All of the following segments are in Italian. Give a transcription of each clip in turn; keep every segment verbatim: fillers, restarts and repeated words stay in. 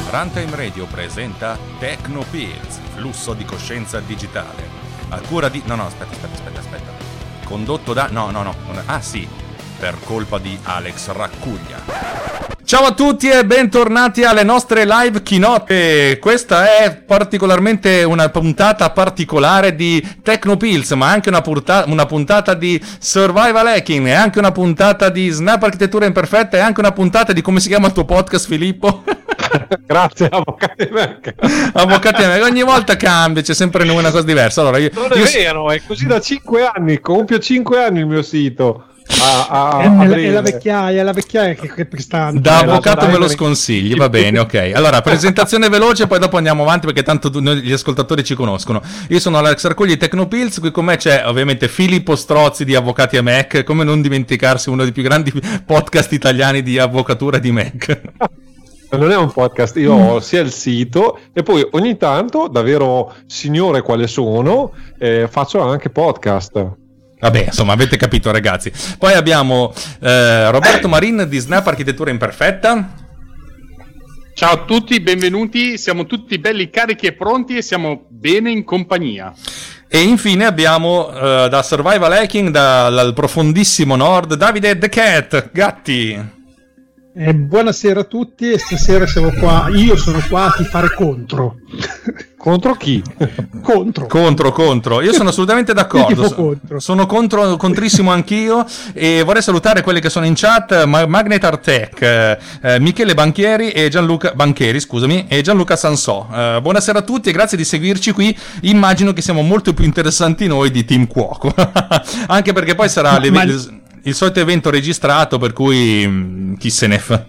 Runtime Radio presenta Tecnopills, flusso di coscienza digitale. A cura di... No, no, aspetta, aspetta, aspetta, aspetta. Condotto da... No, no, no. Ah, sì. Per colpa di Alex Raccuglia. Ciao a tutti e bentornati alle nostre live keynote. Questa è particolarmente una puntata particolare di Tecnopills, ma anche una, purta- una puntata di Survival Hacking, e anche una puntata di Snap Architettura Imperfetta, e anche una puntata di... come si chiama il tuo podcast, Filippo? Grazie, Avvocati Mac. Avvocati Mac, ogni volta cambia, c'è sempre una cosa diversa. Allora, io, non è io... vero, è così da cinque anni, compio cinque anni il mio sito. A, a, è, a è la vecchiaia, è la vecchiaia che, che sta... Da avvocato me lo sconsigli, va bene, ok. Allora, presentazione veloce, poi dopo andiamo avanti perché tanto tu, noi, gli ascoltatori ci conoscono. Io sono Alex Raccuglia di Tecnopills, qui con me c'è ovviamente Filippo Strozzi di Avvocati a Mac, come non dimenticarsi uno dei più grandi podcast italiani di avvocatura di Mac. Non è un podcast, io ho sia il sito e poi ogni tanto, davvero signore quale sono, eh, faccio anche podcast. Vabbè, insomma, avete capito, ragazzi. Poi abbiamo eh, Roberto Marin di Snap Architettura Imperfetta. Ciao a tutti, benvenuti. Siamo tutti belli carichi e pronti e siamo bene in compagnia. E infine abbiamo uh, da Survival Hacking, da, dal profondissimo nord, Davide The Cat. Gatti. Eh, buonasera a tutti, e stasera siamo qua, io sono qua a tifare contro. Contro chi? Contro. Contro, contro. Io sono assolutamente d'accordo. Io tifo contro. Sono contro, contrissimo anch'io, e vorrei salutare quelli che sono in chat: Magnetar Tech, eh, Michele Banchieri e Gianluca Banchieri, scusami, e Gianluca Sansò. Eh, buonasera a tutti e grazie di seguirci qui. Immagino che siamo molto più interessanti noi di Team Cuoco. Anche perché poi sarà ma, le... ma... il solito evento registrato, per cui mh, chi se ne fa.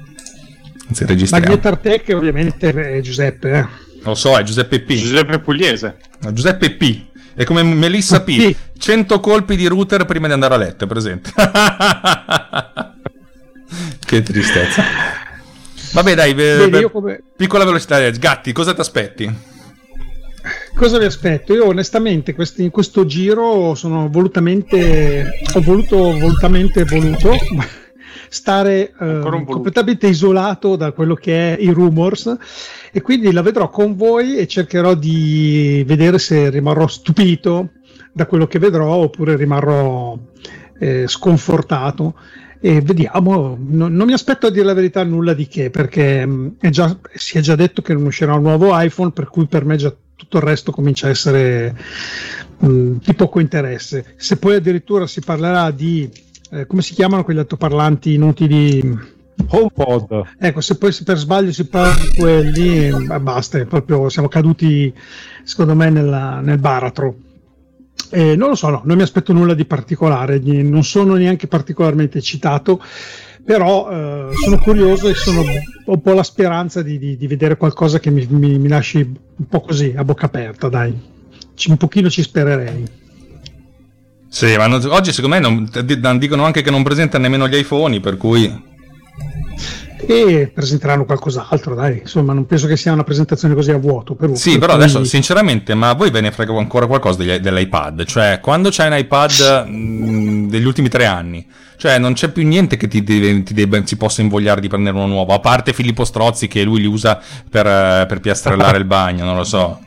Si registriamo. Magnetar Tech ovviamente è Giuseppe, eh. Lo so, è Giuseppe P. Giuseppe Pugliese. Giuseppe P. È come Melissa P. P. cento colpi di router prima di andare a letto, è presente? Che tristezza. Vabbè, dai, Bene, be- io come... piccola velocità. Gatti, cosa ti aspetti? Cosa vi aspetto? Io onestamente questi, in questo giro sono volutamente ho voluto volutamente voluto stare eh, completamente isolato da quello che è i rumors, e quindi la vedrò con voi e cercherò di vedere se rimarrò stupito da quello che vedrò oppure rimarrò eh, sconfortato. E vediamo, no, non mi aspetto, a dire la verità, nulla di che, perché mh, è già, si è già detto che non uscirà un nuovo iPhone, per cui per me già tutto il resto comincia a essere mh, di poco interesse. Se poi addirittura si parlerà di eh, come si chiamano quegli altoparlanti inutili, HomePod, ecco, se poi per sbaglio si parla di quelli, eh, basta, proprio siamo caduti secondo me nella, nel baratro. Eh, non lo so, no, non mi aspetto nulla di particolare, non sono neanche particolarmente eccitato, però eh, sono curioso e sono, ho un po' la speranza di, di, di vedere qualcosa che mi, mi, mi lasci un po' così a bocca aperta, dai, C- un pochino ci spererei. Sì, ma non, oggi secondo me non, d- dicono anche che non presentano nemmeno gli iPhone, per cui... E presenteranno qualcos'altro, dai, insomma non penso che sia una presentazione così a vuoto. Per sì, per però cui... adesso sinceramente, ma a voi ve ne frega ancora qualcosa degli, dell'iPad? Cioè, quando c'hai un iPad mh, degli ultimi tre anni, cioè non c'è più niente che ti, ti, ti debba, si possa invogliare di prendere uno nuovo, a parte Filippo Strozzi che lui li usa per, per piastrellare il bagno, non lo so.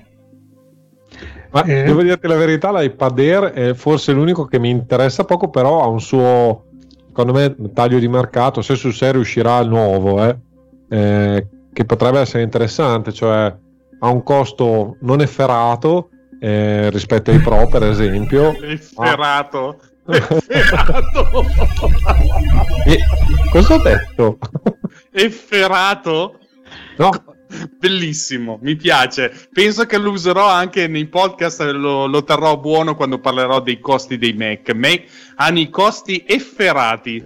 Ma eh. devo dirti la verità, l'iPad Air è forse l'unico che mi interessa poco, però ha un suo, secondo me, taglio di mercato, se sul serio uscirà il nuovo, eh, eh, che potrebbe essere interessante, cioè ha un costo non efferato eh, rispetto ai Pro, per esempio. Efferato. Ah. Efferato. E, cosa ho detto? Efferato? No. Bellissimo, mi piace. Penso che lo userò anche nei podcast, lo, lo terrò buono quando parlerò dei costi dei Mac. Mac hanno i costi efferati.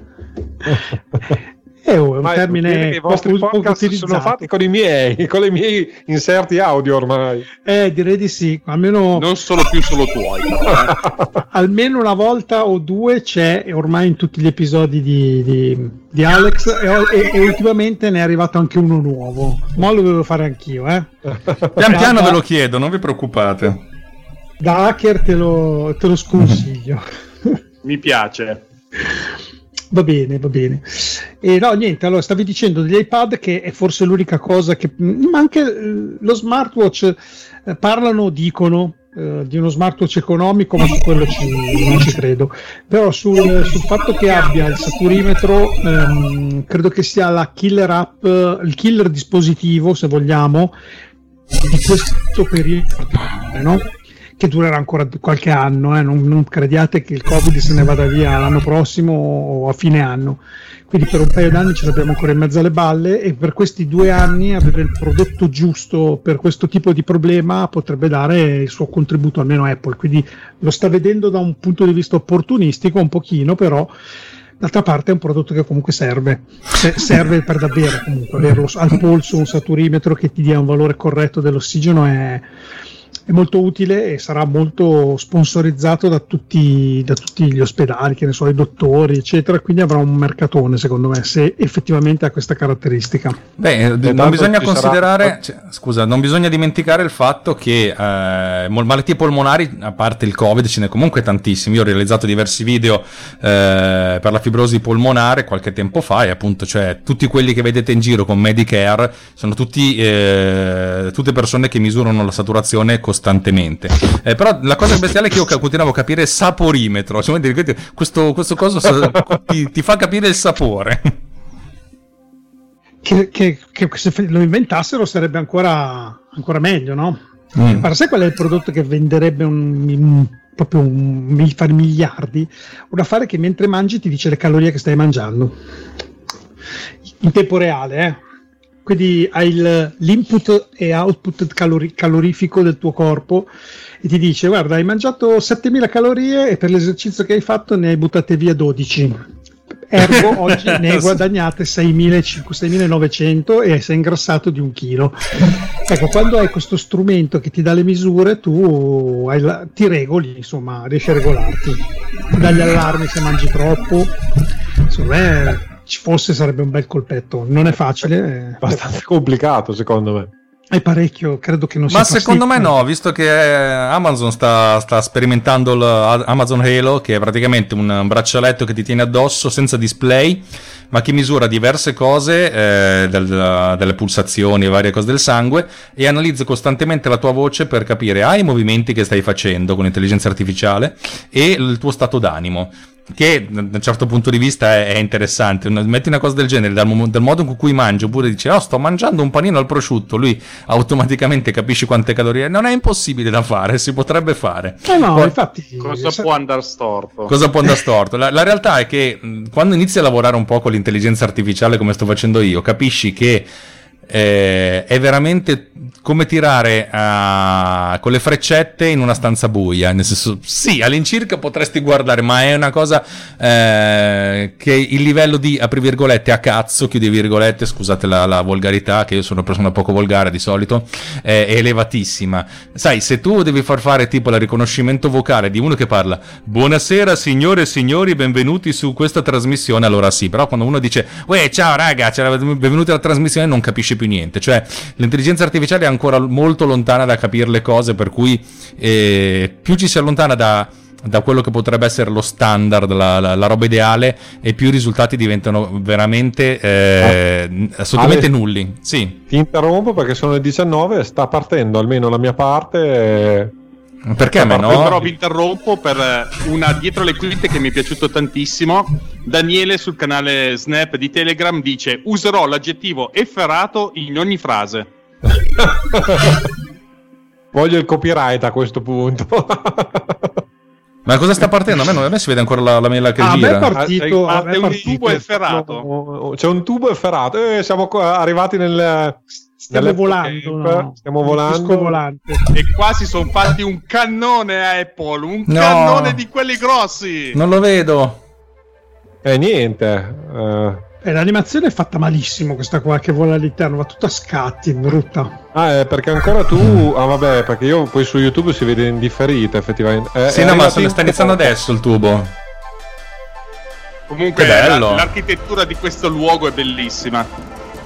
È un termine i vostri poco, podcast poco sono fatti con i miei, con i miei inserti audio ormai. Eh, direi di sì, almeno non solo più solo tuoi. Eh. Almeno una volta o due c'è ormai in tutti gli episodi di, di, di Alex, e, e, e ultimamente ne è arrivato anche uno nuovo. Ma lo dovevo fare anch'io, eh. Pian piano da, ve lo chiedo, non vi preoccupate. Da hacker te lo, te lo sconsiglio. Mi piace. Va bene, va bene. E no, niente, allora stavi dicendo degli iPad che è forse l'unica cosa che... Ma anche eh, lo smartwatch, eh, parlano, dicono, eh, di uno smartwatch economico, ma su quello ci, non ci credo. Però sul, sul fatto che abbia il saturimetro, ehm, credo che sia la killer app, il killer dispositivo, se vogliamo, di questo periodo, no? Che durerà ancora qualche anno, eh? non, non crediate che il Covid se ne vada via l'anno prossimo o a fine anno, quindi per un paio d'anni ce l'abbiamo ancora in mezzo alle balle, e per questi due anni avere il prodotto giusto per questo tipo di problema potrebbe dare il suo contributo, almeno Apple, quindi lo sta vedendo da un punto di vista opportunistico un pochino, però d'altra parte è un prodotto che comunque serve, Se- serve per davvero, comunque averlo al polso, un saturimetro che ti dia un valore corretto dell'ossigeno è è molto utile e sarà molto sponsorizzato da tutti, da tutti gli ospedali, che ne so, i dottori, eccetera, quindi avrà un mercatone, secondo me, se effettivamente ha questa caratteristica. Beh, d- non bisogna considerare, cioè, scusa, non bisogna dimenticare il fatto che eh, malattie polmonari, a parte il Covid, ce ne comunque tantissimi. Io ho realizzato diversi video eh, per la fibrosi polmonare qualche tempo fa, e appunto, cioè, tutti quelli che vedete in giro con Medicare sono tutti eh, tutte persone che misurano la saturazione costantemente. Eh, però la cosa bestiale è che io continuavo a capire saporimetro, cioè, questo, questo coso ti, ti fa capire il sapore. Che, che, che se lo inventassero sarebbe ancora, ancora meglio, no? Mm. Ma sai qual è il prodotto che venderebbe un, un, proprio un, fare miliardi? Un affare che mentre mangi ti dice le calorie che stai mangiando in tempo reale, eh? Quindi hai il, l'input e output calori, calorifico del tuo corpo e ti dice: guarda, hai mangiato settemila calorie e per l'esercizio che hai fatto ne hai buttate via dodici, ergo oggi ne hai guadagnate seimilanovecento e sei ingrassato di un chilo. Ecco, quando hai questo strumento che ti dà le misure, tu hai la, ti regoli, insomma, riesci a regolarti, ti dà gli allarmi se mangi troppo. Secondo me ci fosse sarebbe un bel colpetto, non è facile, è abbastanza complicato secondo me. È parecchio, credo che non sia. Ma secondo me no, visto che Amazon sta, sta sperimentando l'Amazon Halo, che è praticamente un braccialetto che ti tiene addosso senza display, ma che misura diverse cose, eh, del, delle pulsazioni e varie cose del sangue, e analizza costantemente la tua voce per capire ah, i movimenti che stai facendo con l'intelligenza artificiale e il tuo stato d'animo. Che da un certo punto di vista è, è interessante. Metti una cosa del genere dal, dal modo in cui mangi, oppure dici oh, sto mangiando un panino al prosciutto, lui automaticamente capisci quante calorie. Non è impossibile da fare, si potrebbe fare. Eh no, Poi, infatti, cosa sa... può andare storto? Cosa può andare storto? La, la realtà è che mh, quando inizi a lavorare un po' con l'intelligenza artificiale come sto facendo io, capisci che Eh, è veramente come tirare uh, con le freccette in una stanza buia, nel senso, sì, all'incirca potresti guardare, ma è una cosa eh, che il livello di, apri virgolette, a cazzo, chiudi virgolette, scusate la, la volgarità, che io sono una persona poco volgare di solito, eh, è elevatissima. Sai, se tu devi far fare tipo il riconoscimento vocale di uno che parla buonasera signore e signori, benvenuti su questa trasmissione, allora sì, però quando uno dice uè ciao raga, benvenuti alla trasmissione, non capisci più niente. Cioè l'intelligenza artificiale è ancora molto lontana da capire le cose, per cui eh, più ci si allontana da, da quello che potrebbe essere lo standard, la, la, la roba ideale, e più i risultati diventano veramente eh, ah, assolutamente Ale, nulli. Sì. Ti interrompo perché sono le diciannove, sta partendo almeno la mia parte. Eh... Perché a me no? Però vi interrompo per una dietro le quinte che mi è piaciuto tantissimo. Daniele sul canale Snap di Telegram dice: userò l'aggettivo efferato in ogni frase. Voglio il copyright a questo punto. Ma cosa sta partendo? A me, non, a me si vede ancora la, la mela che ah, gira. A me è partito, ah, a me è è un partito, tubo efferato. C'è un tubo efferato. Eh, siamo arrivati nel... Stiamo volando, no? Stiamo volando. Volante. E qua si sono fatti un cannone a Apple, un no, cannone di quelli grossi. Non lo vedo. Eh niente. Uh... Eh, l'animazione è fatta malissimo, questa qua che vola all'interno, va tutta a scatti, brutta. Ah, eh, perché ancora tu... Ah vabbè, perché io poi su YouTube si vede in differita effettivamente. Eh, sì, no, ma sta iniziando adesso il tubo. Comunque la, l'architettura di questo luogo è bellissima.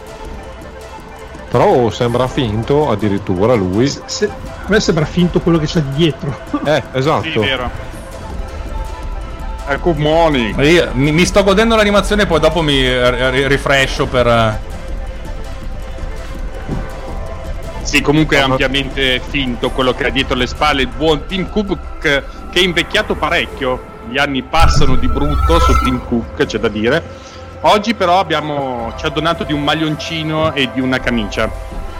Però sembra finto addirittura lui. Se, se, a me sembra finto quello che c'è dietro. Eh, esatto. Sì, vero. Uh, good morning. Io, mi, mi sto godendo l'animazione, poi dopo mi r- rifrescio per... Sì, comunque è ampiamente finto quello che ha dietro le spalle il buon Tim Cook, che è invecchiato parecchio. Gli anni passano di brutto su Tim Cook, c'è da dire. Oggi però abbiamo, ci ha donato di un maglioncino e di una camicia.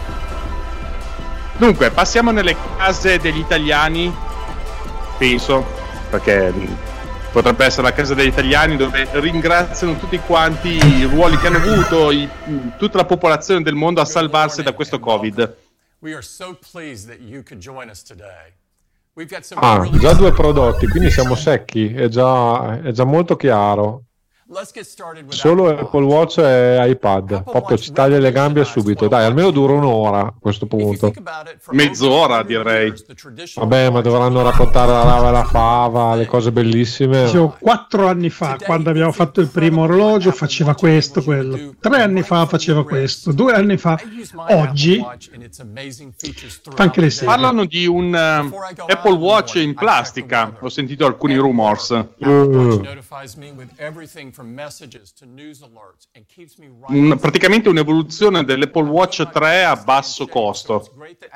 Dunque, passiamo nelle case degli italiani, penso, perché potrebbe essere la casa degli italiani, dove ringraziano tutti quanti i ruoli che hanno avuto i, tutta la popolazione del mondo a salvarsi da questo Covid. Ah, già due prodotti, quindi siamo secchi, è già, è già molto chiaro. Solo Apple Watch e iPad, proprio ci taglia le gambe subito. Dai, almeno dura un'ora a questo punto. Mezz'ora direi. Vabbè, ma dovranno raccontare la lava e la fava, le cose bellissime. Dicevo, quattro anni fa, quando abbiamo fatto il primo orologio, faceva questo, quello. Tre anni fa faceva questo. Due anni fa. Oggi fa anche le serie. Parlano di un uh, Apple Watch in plastica. Ho sentito alcuni rumors. Uh. Un, praticamente un'evoluzione dell'Apple Watch tre a basso costo.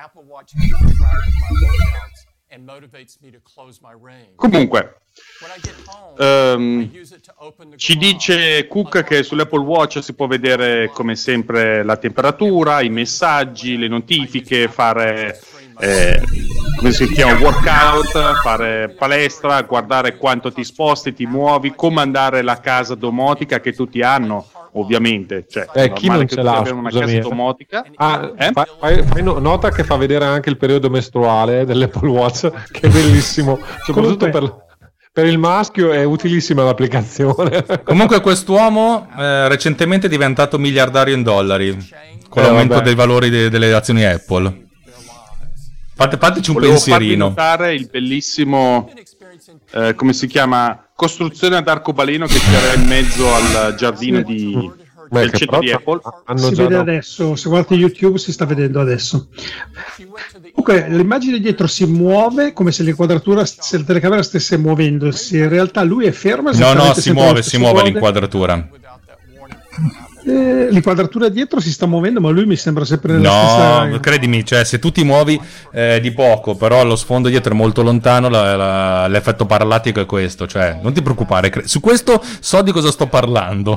Comunque, um, ci dice Cook che sull'Apple Watch si può vedere come sempre la temperatura, i messaggi, le notifiche, fare eh, come si chiama, workout, fare palestra, guardare quanto ti sposti, ti muovi, comandare la casa domotica che tutti hanno, ovviamente. Cioè, eh, chi non ce l'ha, una casa domotica. Ah, eh? fai, fai, fai nota che fa vedere anche il periodo mestruale dell'Apple Watch, che è bellissimo, soprattutto per, per il maschio è utilissima l'applicazione. Comunque quest'uomo eh, recentemente è diventato miliardario in dollari con eh, l'aumento vabbè. dei valori de- delle azioni Apple. Fate, fateci un Volevo pensierino. Volevo farvi notare il bellissimo eh, come si chiama, costruzione ad arcobaleno che c'era in mezzo al giardino sì. di Beh, del centro di Apple. Hanno si vede da... adesso, se guardate YouTube si sta vedendo adesso. Comunque l'immagine dietro si muove come se l'inquadratura, se la telecamera stesse muovendosi, in realtà lui è fermo. No, no, si muove, si muove l'inquadratura. Eh, l'inquadratura dietro si sta muovendo, ma lui mi sembra sempre nella no, stessa. No, credimi, cioè se tu ti muovi eh, di poco, però lo sfondo dietro è molto lontano, la, la, l'effetto parallatico è questo, cioè non ti preoccupare, cre- su questo so di cosa sto parlando.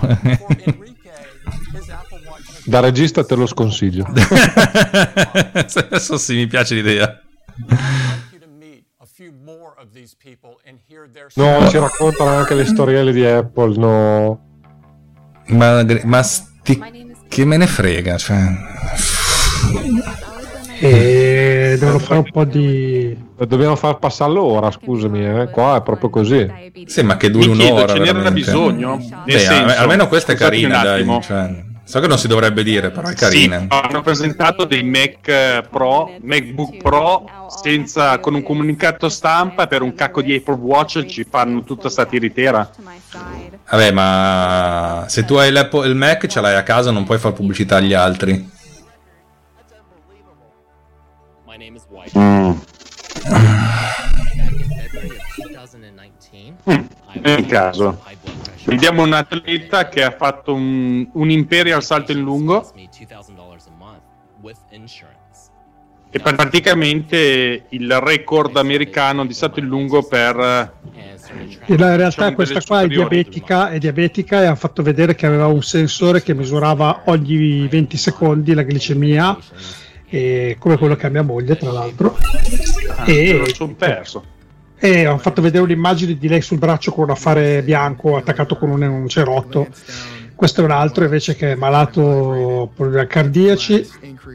Da regista te lo sconsiglio. Adesso sì, mi piace l'idea. No, ci raccontano anche le storielle di Apple, no. Ma, ma sti... che me ne frega, cioè. E devono fare un po' di. Dobbiamo far passare l'ora, scusami, eh. Qua è proprio così. Sì, ma che duri Mi chiedo, un'ora. Ce n'era bisogno? Beh, senso, almeno questa è carina, dai. Cioè, so che non si dovrebbe dire, però è carina. Sì, hanno presentato dei Mac Pro, MacBook Pro, senza, con un comunicato stampa per un cacco di Apple Watch ci fanno tutta sta tiritera. Vabbè, ma se tu hai il Mac ce l'hai a casa, non puoi fare pubblicità agli altri. Mm. Mm. Nel caso vediamo un atleta che ha fatto un, un imperial salto in lungo e praticamente il record americano di salto in lungo per in realtà diciamo questa qua è diabetica, è diabetica e hanno fatto vedere che aveva un sensore che misurava ogni venti secondi la glicemia, e come quello che ha mia moglie tra l'altro. Ah, e lo sono perso. E ho fatto vedere un'immagine di lei sul braccio con un affare bianco attaccato con un, un cerotto. Questo è un altro invece che è malato problemi cardiaci.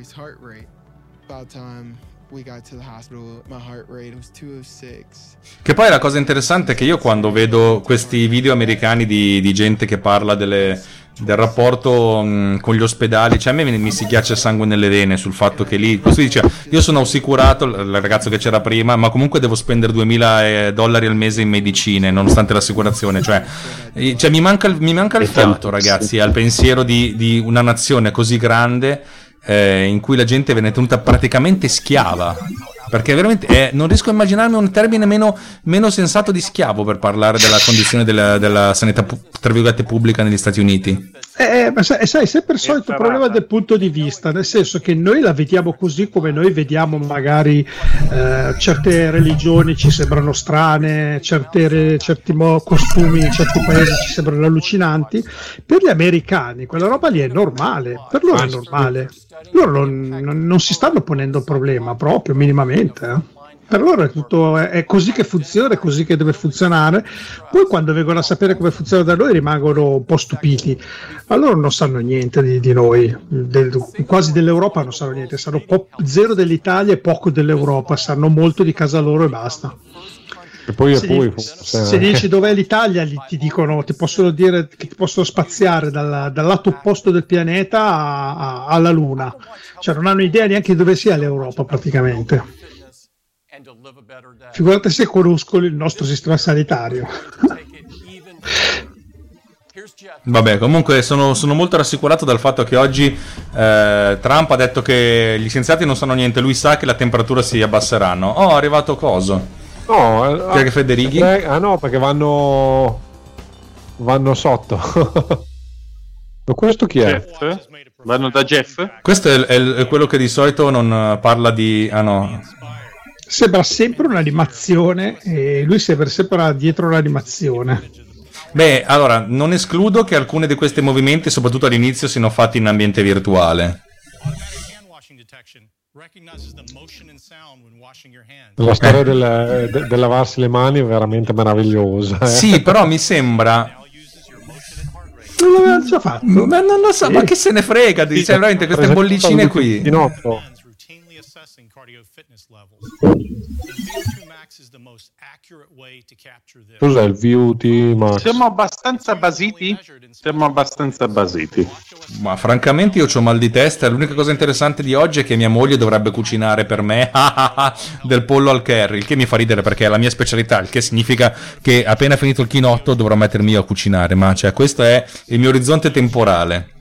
Che poi la cosa interessante è che io quando vedo questi video americani di, di gente che parla delle, del rapporto mh, con gli ospedali, cioè a me mi, mi si ghiaccia il sangue nelle vene sul fatto che lì, questo dice, io sono assicurato, il ragazzo che c'era prima, ma comunque devo spendere duemila dollari al mese in medicine nonostante l'assicurazione, cioè, cioè mi manca, mi manca il fiato, ragazzi, al pensiero di, di una nazione così grande eh, in cui la gente viene tenuta praticamente schiava. perché veramente eh, non riesco a immaginarmi un termine meno, meno sensato di schiavo per parlare della condizione della, della sanità tra virgolette pubblica negli Stati Uniti. Eh, ma sai, sai, sempre il solito problema del punto di vista, nel senso che noi la vediamo così come noi vediamo magari eh, certe religioni ci sembrano strane, certe, certi mo- costumi in certi paesi ci sembrano allucinanti. Per gli americani quella roba lì è normale, per loro è normale, loro non, non, non si stanno ponendo il problema proprio minimamente, eh. Per loro è tutto è, è così che funziona, è così che deve funzionare. Poi quando vengono a sapere come funziona da noi rimangono un po' stupiti, ma loro non sanno niente di, di noi, del, quasi dell'Europa non sanno niente, sanno po- zero dell'Italia e poco dell'Europa, sanno molto di casa loro e basta. E poi se, e poi, dici, se dici dov'è l'Italia, gli, ti dicono, ti possono dire che ti possono spaziare dal, dal lato opposto del pianeta a, a, alla Luna, cioè non hanno idea neanche di dove sia l'Europa praticamente. Figurate se conoscono il nostro sistema sanitario. Vabbè, comunque sono, sono molto rassicurato dal fatto che oggi eh, Trump ha detto che gli scienziati non sanno niente, lui sa che la temperatura si abbasseranno. Oh, è arrivato coso? No, che è Federighi? Ah no, perché vanno vanno sotto. Ma questo chi è? Jeff? Vanno da Jeff? Questo è, è, è quello che di solito non parla di... Ah no... Sembra sempre un'animazione e lui sembra sempre dietro un'animazione. Beh, allora, non escludo che alcuni di questi movimenti, soprattutto all'inizio, siano fatti in ambiente virtuale. La storia del, de, del lavarsi le mani è veramente meravigliosa. Eh? Sì, però mi sembra... Non l'aveva già fatto. Ma non lo so, sì. Ma che se ne frega, di, cioè, veramente queste bollicine qui. Cos'è il V U T Max? Siamo abbastanza basiti? Siamo abbastanza basiti. Ma francamente io c'ho mal di testa. L'unica cosa interessante di oggi è che mia moglie dovrebbe cucinare per me del pollo al curry, il che mi fa ridere perché è la mia specialità, il che significa che appena finito il chinotto dovrò mettermi io a cucinare. Ma cioè questo è il mio orizzonte temporale.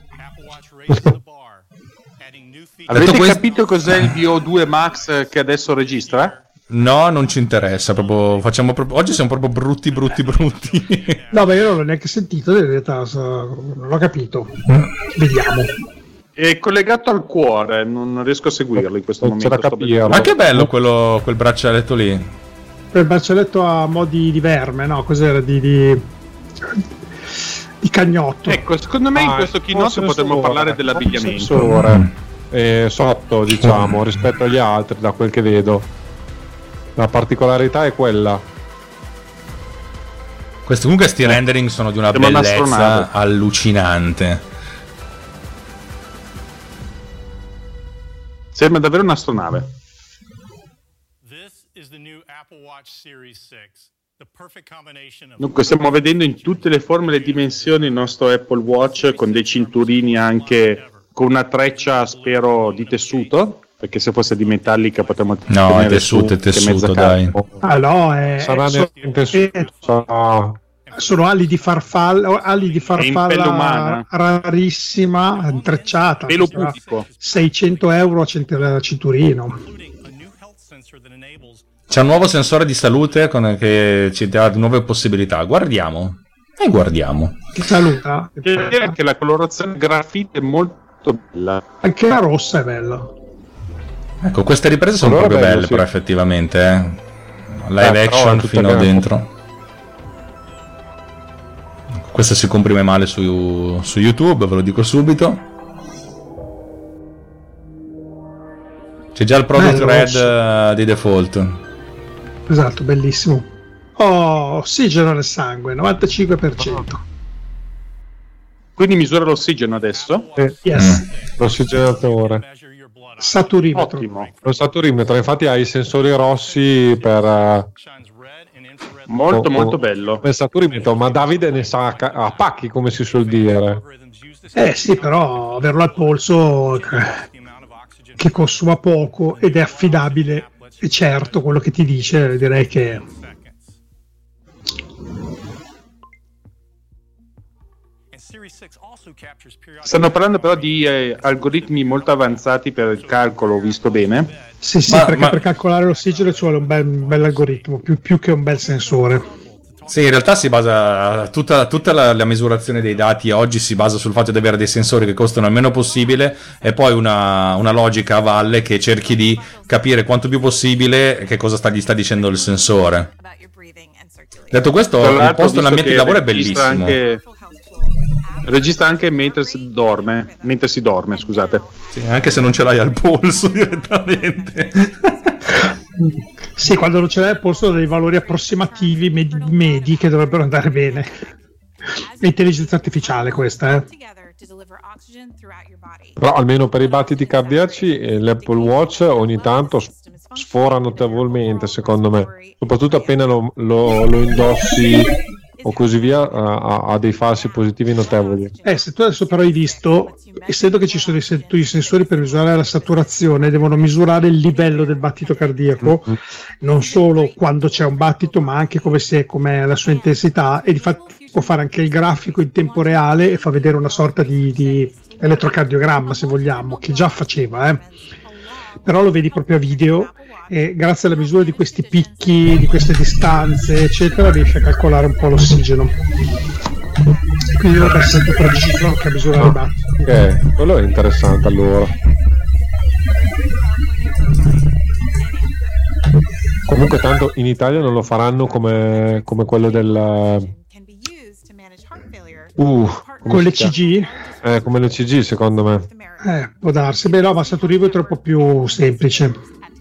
Avete questo... capito cos'è il V O due Max che adesso registra? No, non ci interessa, proprio, facciamo proprio... oggi siamo proprio brutti, brutti, brutti. No, ma io non l'ho neanche sentito, in realtà non l'ho capito. Vediamo. È collegato al cuore, non riesco a seguirlo in questo non momento. Ma che bello quello, quel braccialetto lì. Quel braccialetto a mo' di, di verme, no? Cos'era? Di... di... di cagnotto. Ecco, secondo me ah, in questo keynote potremmo parlare dell'abbigliamento. Mm. Eh, sotto, diciamo, rispetto agli altri, da quel che vedo. La particolarità è quella. Questi comunque sti rendering sono di una Sembra bellezza allucinante. Sembra davvero un'astronave. Dunque stiamo vedendo in tutte le forme e le dimensioni il nostro Apple Watch con dei cinturini anche con una treccia, spero, di tessuto. Perché se fosse di metallica potremmo no, è tessuto, è tessuto, dai. Ah no, è, sarà so, in tessuto. È, sono ali di farfalla, ali di farfalla rarissima, intrecciata. Pelo pubblico. seicento euro a cinturino. C'è un nuovo sensore di salute con, che ci dà nuove possibilità. Guardiamo. E guardiamo. Che saluta. Devo dire che la colorazione grafite è molto bella. Anche la rossa è bella. Ecco, queste riprese sono allora proprio bello, belle, sì. Però effettivamente, eh. Live eh, action fino dentro. Questa si comprime male su, su YouTube, ve lo dico subito. C'è già il product bello, red rosso. Di default. Esatto, bellissimo. Oh, ossigeno nel sangue, novantacinque per cento. Quindi misura l'ossigeno adesso? Eh, yes. Mm. L'ossigenatore. Saturimetro. Ottimo. Lo saturimetro, infatti ha i sensori rossi per uh, molto oh, molto oh, bello. Per saturimetro, ma Davide ne sa a, a pacchi, come si suol dire. Eh sì, però averlo al polso che consuma poco ed è affidabile e certo quello che ti dice, direi che Stanno parlando però di eh, algoritmi molto avanzati per il calcolo, ho visto bene? Sì, sì, ma, perché ma... per calcolare l'ossigeno ci vuole un bel, un bel algoritmo, più, più che un bel sensore. Sì, in realtà si basa tutta, tutta la, la misurazione dei dati oggi si basa sul fatto di avere dei sensori che costano il meno possibile e poi una, una logica a valle che cerchi di capire quanto più possibile che cosa sta, gli sta dicendo il sensore. Detto questo, il posto nell'ambiente di lavoro è bellissimo. Anche, registra anche mentre si dorme, mentre si dorme, scusate. Sì, anche se non ce l'hai al polso direttamente. Sì, quando non ce l'hai al polso dei valori approssimativi medi, medi che dovrebbero andare bene. È intelligenza artificiale questa, eh. Però almeno per i battiti cardiaci eh, l'Apple Watch ogni tanto sfora notevolmente, secondo me, soprattutto appena lo, lo, lo indossi o così via, ha, ha dei falsi positivi notevoli. Eh, se tu adesso però hai visto, essendo che ci sono i, sen- i sensori per misurare la saturazione, devono misurare il livello del battito cardiaco, mm-hmm. non solo quando c'è un battito, ma anche come si è, com'è la sua intensità, e di fatto può fare anche il grafico in tempo reale e fa vedere una sorta di, di elettrocardiogramma, se vogliamo, che già faceva, eh. Però lo vedi proprio a video e grazie alla misura di questi picchi, di queste distanze eccetera, riesce a calcolare un po' l'ossigeno, quindi dovrebbe essere più preciso che a misurare i battiti. Ok, quello è interessante allora. Comunque tanto in Italia non lo faranno come, come quello del uh, con l'E C G? Eh, come l'E C G secondo me. Eh, può darsi. Beh no, ma Saturivo è troppo più semplice.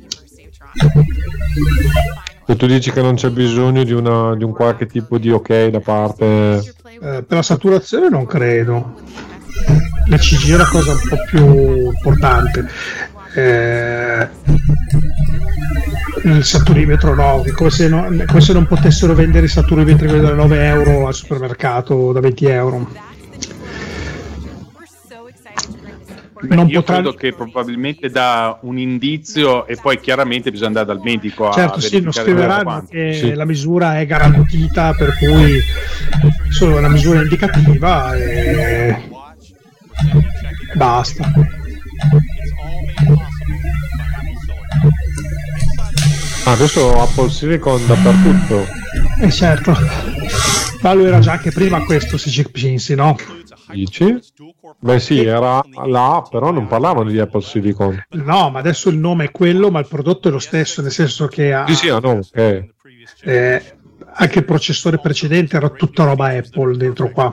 E tu dici che non c'è bisogno di, una, di un qualche tipo di ok da parte eh, per la saturazione non credo. L'E C G è la cosa un po' più importante. Eh, il saturimetro no, è come se, no, come se non potessero vendere i saturimetri da nove euro al supermercato o da venti euro. Beh, non io potrà... credo che probabilmente dà un indizio e poi chiaramente bisogna andare dal medico a certo sì, non scriveranno che sì. La misura è garantita, per cui solo una misura indicativa e basta. Ah, adesso Apple Silicon dappertutto. Eh certo, ma lui era già anche prima questo, se ci pensi, no? Dici? Beh sì, era là, però non parlavano di Apple Silicon. No, ma adesso il nome è quello, ma il prodotto è lo stesso, nel senso che ha... Sì, sì, no, ok. Eh, anche il processore precedente era tutta roba Apple dentro qua.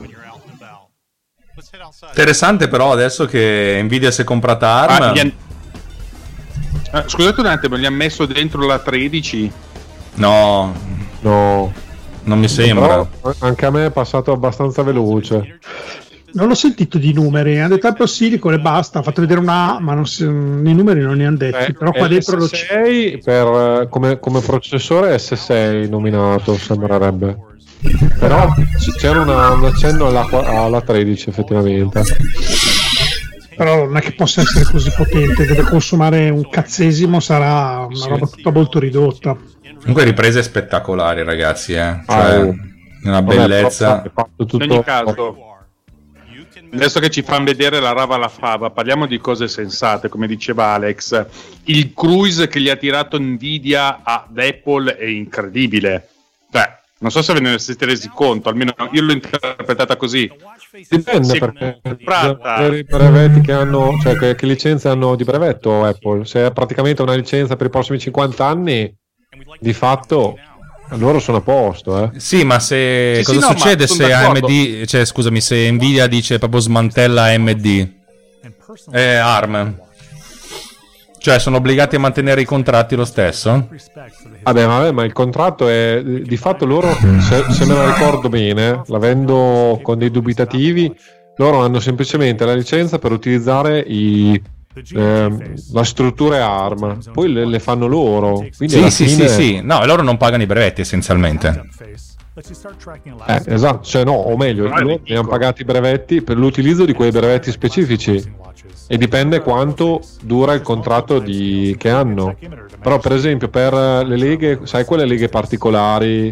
Interessante però adesso che Nvidia si è comprata ARM. Ah, han... ah, scusate un attimo, gli hanno messo dentro la tredici? No, no, non mi sembra. Però anche a me è passato abbastanza veloce. Non l'ho sentito di numeri, hanno detto Apple Silicon e basta, ha fatto vedere una A, ma non si, i numeri non li hanno detti. Eh, però qua dentro lo c'è per, come, come processore S sei nominato, sembrerebbe. Però c'era una, un accenno alla, alla tredici effettivamente. Però non è che possa essere così potente, deve consumare un cazzesimo, sarà una roba tutta molto ridotta. Comunque riprese spettacolari ragazzi, eh. Cioè, ah, oh. Una bellezza. In ogni caso, adesso che ci fanno vedere la rava alla fava, parliamo di cose sensate, come diceva Alex. Il cruise che gli ha tirato Nvidia ad Apple è incredibile. Beh, non so se ve ne siete resi conto, almeno io l'ho interpretata così. Dipende, perché per i brevetti che hanno, cioè che, che licenze hanno di brevetto Apple. Se è praticamente una licenza per i prossimi cinquanta anni, di fatto loro sono a posto, eh. Sì, ma se sì, cosa sì, succede no, se A M D, cioè scusami, se Nvidia dice proprio smantella A M D e ARM, cioè sono obbligati a mantenere i contratti lo stesso? Vabbè, vabbè, ma il contratto è di fatto loro, se, se me la ricordo bene, l'avendo con dei dubitativi, loro hanno semplicemente la licenza per utilizzare i Eh, la struttura ARM, poi le, le fanno loro. Sì, sì, fine... sì, sì, no, loro non pagano i brevetti essenzialmente. Eh, esatto, cioè no, o meglio, loro ne hanno pagati i brevetti per l'utilizzo di quei brevetti specifici e dipende quanto dura il contratto di... che hanno. Però per esempio per le leghe, sai quelle leghe particolari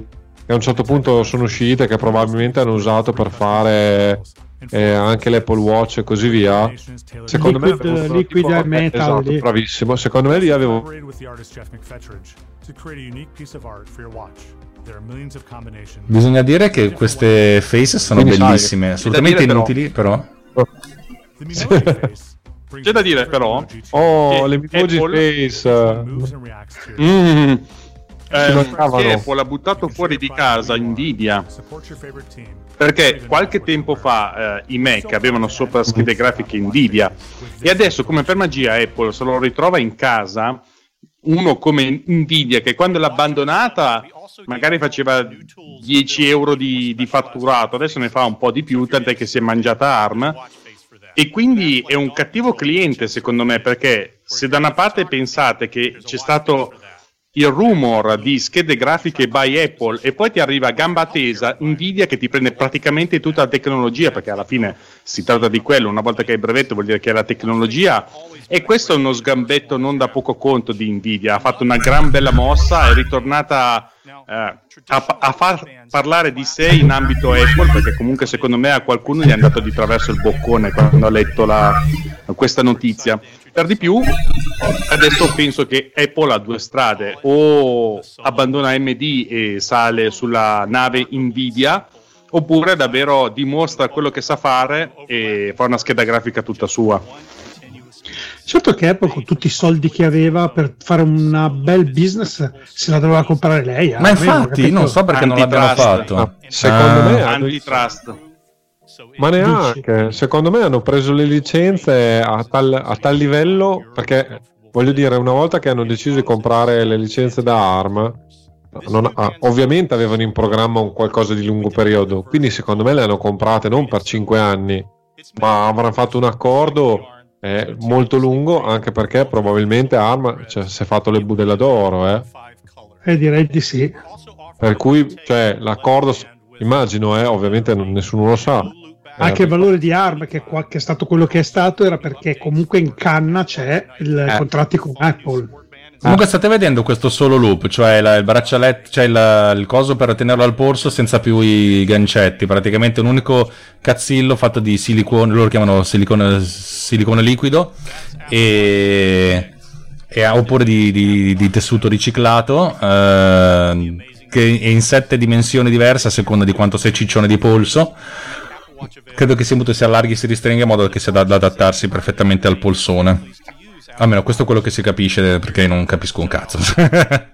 che a un certo punto sono uscite, che probabilmente hanno usato per fare eh, anche l'Apple Watch e così via. Secondo Liquid, me avevo Liquid tipo, Metal, esatto, lì. bravissimo. Secondo me lì avevo Bisogna dire che queste face sono Quindi, bellissime, sai, assolutamente da dire inutili però. C'è da dire però oh che le emoji Apple- face Mm. Eh, mancavano. che Apple ha buttato fuori di casa Nvidia perché qualche tempo fa eh, i Mac avevano sopra schede grafiche Nvidia e adesso come per magia Apple se lo ritrova in casa uno come Nvidia che quando l'ha abbandonata magari faceva dieci euro di, di fatturato, adesso ne fa un po' di più, tant'è che si è mangiata ARM e quindi è un cattivo cliente secondo me, perché se da una parte pensate che c'è stato il rumor di schede grafiche by Apple e poi ti arriva a gamba tesa Nvidia che ti prende praticamente tutta la tecnologia, perché alla fine si tratta di quello, una volta che hai il brevetto vuol dire che hai la tecnologia, e questo è uno sgambetto non da poco conto di Nvidia, ha fatto una gran bella mossa, è ritornata eh, a, a far parlare di sé in ambito Apple, perché comunque secondo me a qualcuno gli è andato di traverso il boccone quando ha letto la, questa notizia. Per di più, adesso penso che Apple ha due strade, o abbandona A M D e sale sulla nave Nvidia, oppure davvero dimostra quello che sa fare e fa una scheda grafica tutta sua. Certo che Apple con tutti i soldi che aveva per fare un bel business se la doveva comprare lei. Ma infatti non so perché non l'abbiano fatto. Ah, secondo Ah. me hanno- Antitrust. ma neanche, secondo me hanno preso le licenze a tal, a tal livello, perché voglio dire, una volta che hanno deciso di comprare le licenze da ARM, non, ah, ovviamente avevano in programma un qualcosa di lungo periodo, quindi secondo me le hanno comprate non per cinque anni, ma avranno fatto un accordo eh, molto lungo, anche perché probabilmente ARM cioè, si è fatto le budella d'oro, eh. Eh, direi di sì. Per cui cioè, l'accordo, immagino, eh, ovviamente non- nessuno lo sa. Anche il valore di ARM, che, qua- che è stato quello che è stato, era perché comunque in canna c'è il Eh. contratti con Apple. Comunque state vedendo questo solo loop, cioè la- il braccialetto, cioè il, il coso per tenerlo al polso senza più i gancetti, praticamente un unico cazzillo fatto di silicone, loro chiamano silicone, silicone liquido, e, e- oppure di, di- di tessuto riciclato, eh, che è in sette dimensioni diverse a seconda di quanto sei ciccione di polso. Credo che sia molto si allarghi e si restringa in modo che sia da, da adattarsi perfettamente al polsone. Almeno questo è quello che si capisce, perché non capisco un cazzo. Apple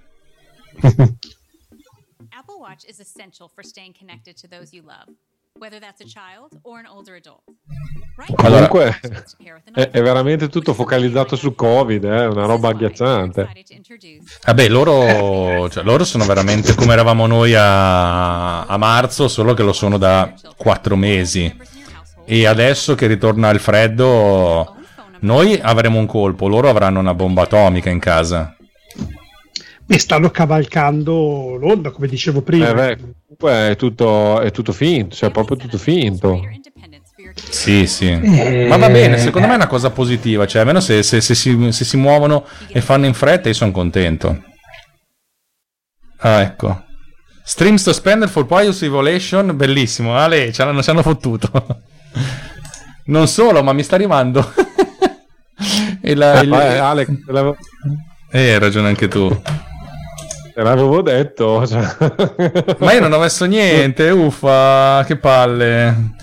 Watch is essential for staying connected to those you love, whether that's a child or an older adult. Right now, Comunque Apple Watch is to pair with an è, è veramente tutto focalizzato su Covid, è eh, una roba agghiacciante. decided to introduce Vabbè, loro, cioè, loro sono veramente come eravamo noi a, a marzo, solo che lo sono da quattro mesi. E adesso che ritorna il freddo, noi avremo un colpo, loro avranno una bomba atomica in casa. E stanno cavalcando l'onda, come dicevo prima. Eh beh, comunque è tutto, è tutto finto, cioè proprio tutto finto. Sì, sì. Eh, Ma va bene, secondo me è una cosa positiva, cioè almeno se, se, se, si, se si muovono e fanno in fretta io sono contento. Ah, ecco. Stream suspended for privacy violation, bellissimo, Ale, ce l'hanno, ci hanno fottuto. Non solo, ma mi sta arrivando. E la, Eh, il- beh, Alex, te l'avevo, Eh, hai ragione anche tu. te l'avevo detto. Cioè. Ma io non ho messo niente, uffa, che palle.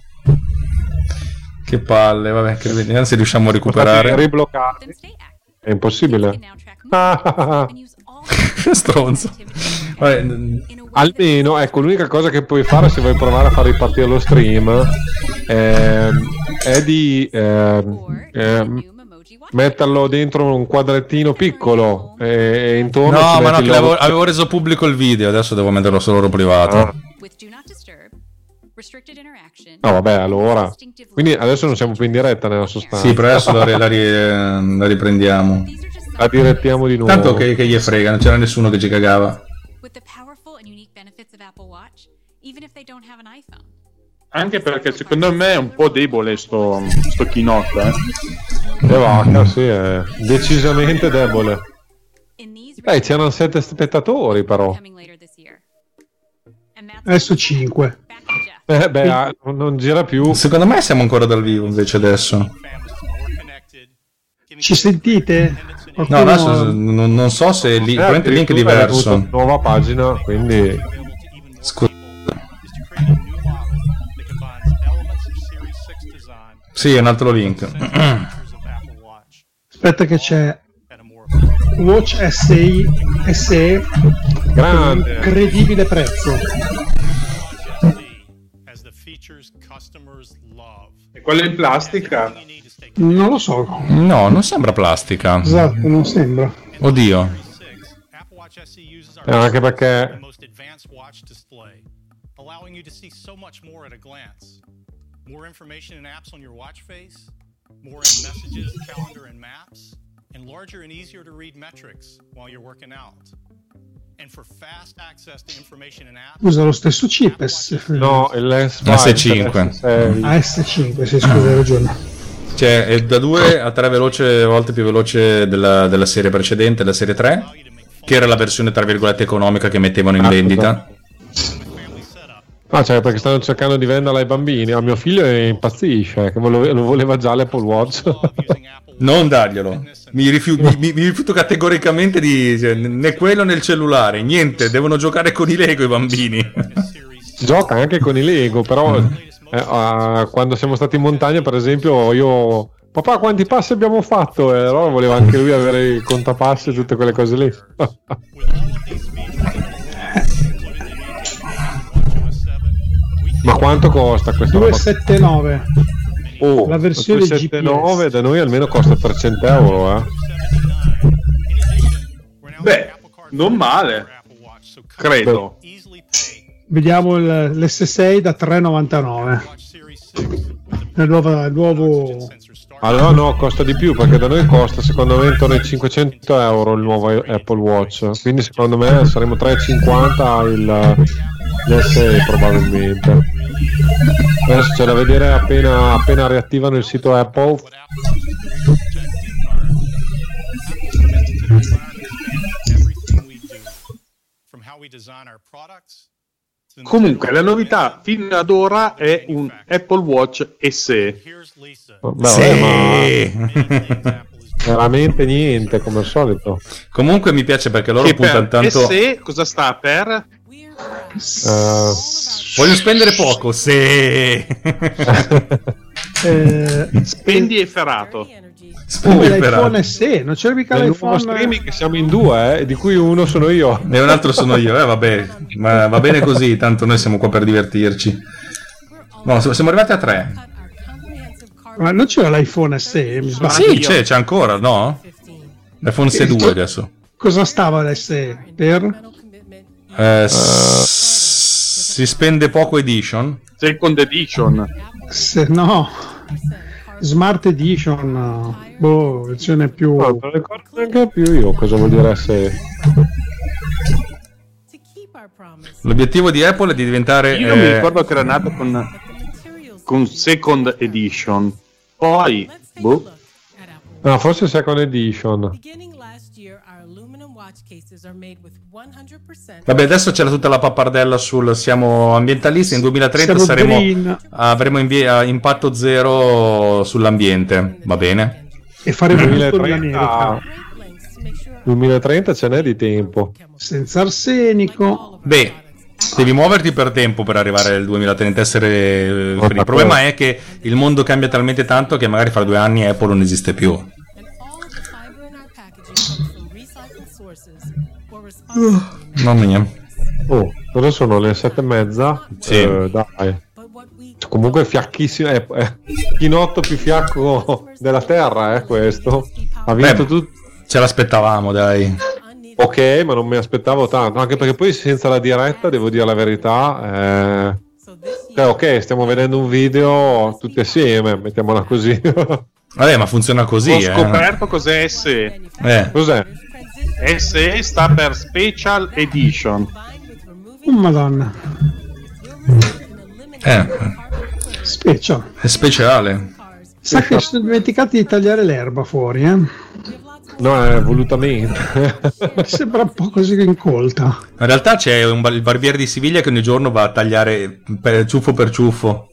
Che palle, vabbè, che vediamo se riusciamo a Stati recuperare. ribloccati. È impossibile. Stronzo. Vabbè, Almeno, ecco, l'unica cosa che puoi fare se vuoi provare a far ripartire lo stream ehm, è di ehm, ehm, metterlo dentro un quadrettino piccolo e, e intorno no, ci ma no, metti che il l'avevo, logo. avevo reso pubblico il video, adesso devo metterlo solo privato. Ah. with do not disturb, restricted interaction. No, vabbè, allora. Quindi adesso non siamo più in diretta nella sostanza. Sì, però adesso la, ri- la ri- la riprendiamo. These are just La direttiamo di nuovo. Tanto che, che gli frega, non c'era nessuno che ci cagava. with the powerful and unique benefits of Apple Watch, even if they don't have an iPhone. Anche perché secondo me è un po' debole sto, sto keynote, eh. E vacca, sì, è decisamente debole. In these Beh, c'erano sette spettatori però. coming later this year. adesso cinque. Eh, beh, non gira più. Secondo me siamo ancora dal vivo invece adesso. Ci sentite? Qualcuno... No, adesso non, non so se lì, eh, il link è diverso. Nuova pagina, quindi scusa. Sì, è un altro link. Aspetta che c'è Watch S E S E grande, incredibile prezzo. E quello in plastica? Non lo so. No, non sembra plastica. Esatto, non sembra. Oddio. Eh, anche perché allowing you to see so much more at a glance. More information and apps on your watch face, more in messages, calendar and maps, and larger and easier to read metrics while you're working out. And for fast access to information and apps. Usa lo stesso chip S. No, l'S cinque. Ah, S cinque, sì, scusa, hai ragione. Cioè, è da due a tre veloce, volte più veloce della, della serie precedente, la serie tre, che era la versione tra virgolette economica che mettevano in vendita. Ah, cioè, perché stanno cercando di venderla ai bambini. Ah, mio figlio impazzisce, che lo voleva già l'Apple Watch. Non darglielo. Mi, rifiu- mi, mi rifiuto categoricamente di... Cioè, né quello né il cellulare. Niente, devono giocare con i Lego i bambini. Gioca anche con i Lego, però eh, uh, quando siamo stati in montagna, per esempio, io... Papà, quanti passi abbiamo fatto? E allora voleva anche lui avere il contapassi e tutte quelle cose lì. Ma quanto costa questa? duecentosettantanove. Oh, la versione duecentosettantanove da noi almeno costa trecento euro, eh. Beh, non male, credo. Vediamo il, l'S sei da tre virgola novantanove. Il nuovo, il nuovo... Allora no, costa di più, perché da noi costa secondo me intorno ai cinquecento euro il nuovo Apple Watch, quindi secondo me saremo tre virgola cinquanta il l'S sei probabilmente. Adesso c'è da vedere appena, appena riattivano il sito Apple. Comunque la novità fino ad ora è un Apple Watch S E. Beh, sì. Ma... veramente niente, come al solito. Comunque mi piace perché loro che puntano per tanto. S E cosa sta per? Uh... Voglio spendere poco, se eh, spendi e ferrato. Come l'iPhone S E, non c'era mica l'iPhone streaming, che siamo in due, eh, di cui uno sono io e un altro sono io, eh vabbè, ma va bene così, tanto noi siamo qua per divertirci. No, siamo arrivati a tre. Ma non c'era l'iPhone S E, mi sbaglio? Sì, c'è, c'è ancora, no? L'iPhone S E due adesso. Cosa stava l'S E? Per? Eh, uh, si spende poco edition. Second edition. Se no, Smart Edition, boh, versione più. No, non ricordo neanche più io cosa vuol dire S E. L'obiettivo di Apple è di diventare. Io eh... mi ricordo che era nato con, con Second Edition. Poi, boh. No, forse Second Edition. Vabbè, adesso c'è tutta la pappardella sul siamo ambientalisti. Nel duemilatrenta saremo, avremo invi- impatto zero sull'ambiente. Va bene. E faremo duemilatrenta. duemilatrenta ce n'è di tempo. Senza arsenico. Beh, devi muoverti per tempo per arrivare al duemilatrenta. Essere oh, il problema è che il mondo cambia talmente tanto che magari fra due anni Apple non esiste più. Uh, mamma mia. Oh, ora sono le sette e mezza. Sì. Eh, dai. Comunque fiacchissimo. Eh, eh, chinotto più fiacco della terra, eh, questo. Ha vinto tutto. Ce l'aspettavamo, dai. Ok, ma non mi aspettavo tanto. Anche perché poi senza la diretta, devo dire la verità. Eh... Cioè, ok, stiamo vedendo un video tutti assieme, mettiamola così. Vabbè, ma funziona così. Ho eh. scoperto cos'è S E. Eh. Cos'è? S E sta per Special Edition. Oh madonna. Eh. Special. È speciale. Sa che si sono dimenticati di tagliare l'erba fuori, eh? No, è volutamente. Mi sembra un po' così incolta. In realtà c'è un, il barbiere di Siviglia che ogni giorno va a tagliare per, ciuffo per ciuffo.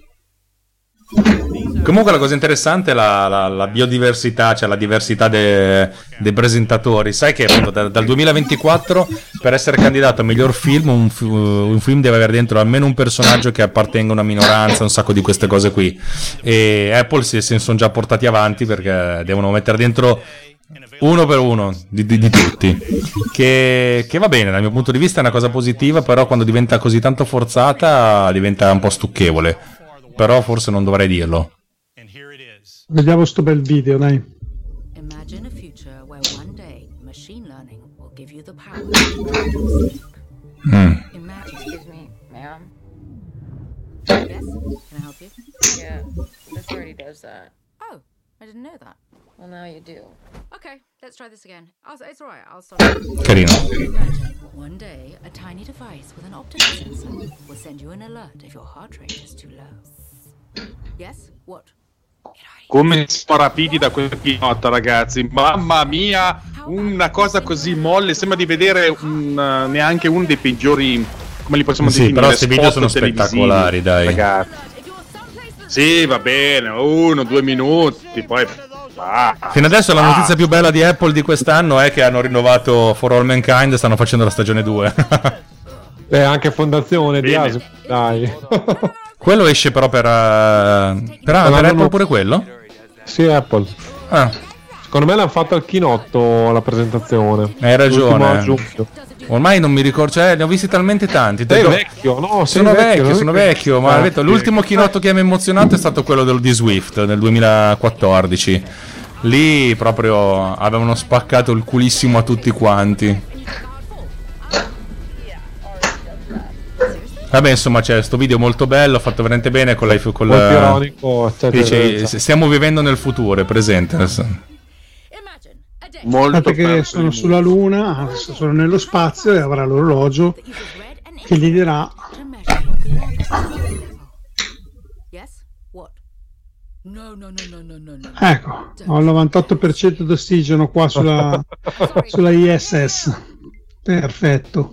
Comunque la cosa interessante è la, la, la biodiversità, cioè la diversità de, dei presentatori. Sai che appunto, da, dal duemilaventiquattro per essere candidato a miglior film un, un film deve avere dentro almeno un personaggio che appartenga a una minoranza, un sacco di queste cose qui. E Apple si, si sono già portati avanti perché devono mettere dentro uno per uno di, di, di tutti, che, che va bene dal mio punto di vista, è una cosa positiva, però quando diventa così tanto forzata diventa un po' stucchevole. Però forse non dovrei dirlo. Vediamo sto bel video, dai. Imagine a future where one day machine learning will give you the power. Mm. Imagine. Excuse me, ma'am. Yes, can I help you? Yeah, this already does that. Oh, I didn't know that. Well, now you do. Okay, let's try this again. I'll, it's alright, I'll stop. Carino. Imagine one day a tiny device with an optical sensor will send you an alert if your heart rate is too low. Yes? What? Come siamo rapiti da quel pilota, ragazzi, mamma mia, una cosa così molle, sembra di vedere un, uh, neanche uno dei peggiori, come li possiamo sì, definire, però questi video sono spettacolari, dai, ragazzi. Sì, va bene, uno, due minuti, poi ah, fino adesso ah. la notizia più bella di Apple di quest'anno è che hanno rinnovato For All Mankind e stanno facendo la stagione due. E anche Fondazione di Asimo, dai. Quello esce però per, uh, per, ah, per Apple pure quello? Sì, Apple. Ah. Secondo me l'hanno fatto al chinotto la presentazione. Hai ragione. Ormai non mi ricordo, cioè ne ho visti talmente tanti. Sei vecchio, no? Sei sono vecchio, vecchio, sono vecchio, ma ah, l'ultimo keynote che mi ha emozionato è stato quello del, di Swift nel duemilaquattordici. Lì proprio avevano spaccato il culissimo a tutti quanti. Vabbè, insomma, c'è sto video molto bello, fatto veramente bene con la con la ironico, dice, stiamo vivendo nel futuro, è presente. Molto perché sono sulla Luna, sono nello spazio e avrà l'orologio che gli dirà ecco, ho il novantotto per cento d'ossigeno qua sulla sulla I S S. Perfetto.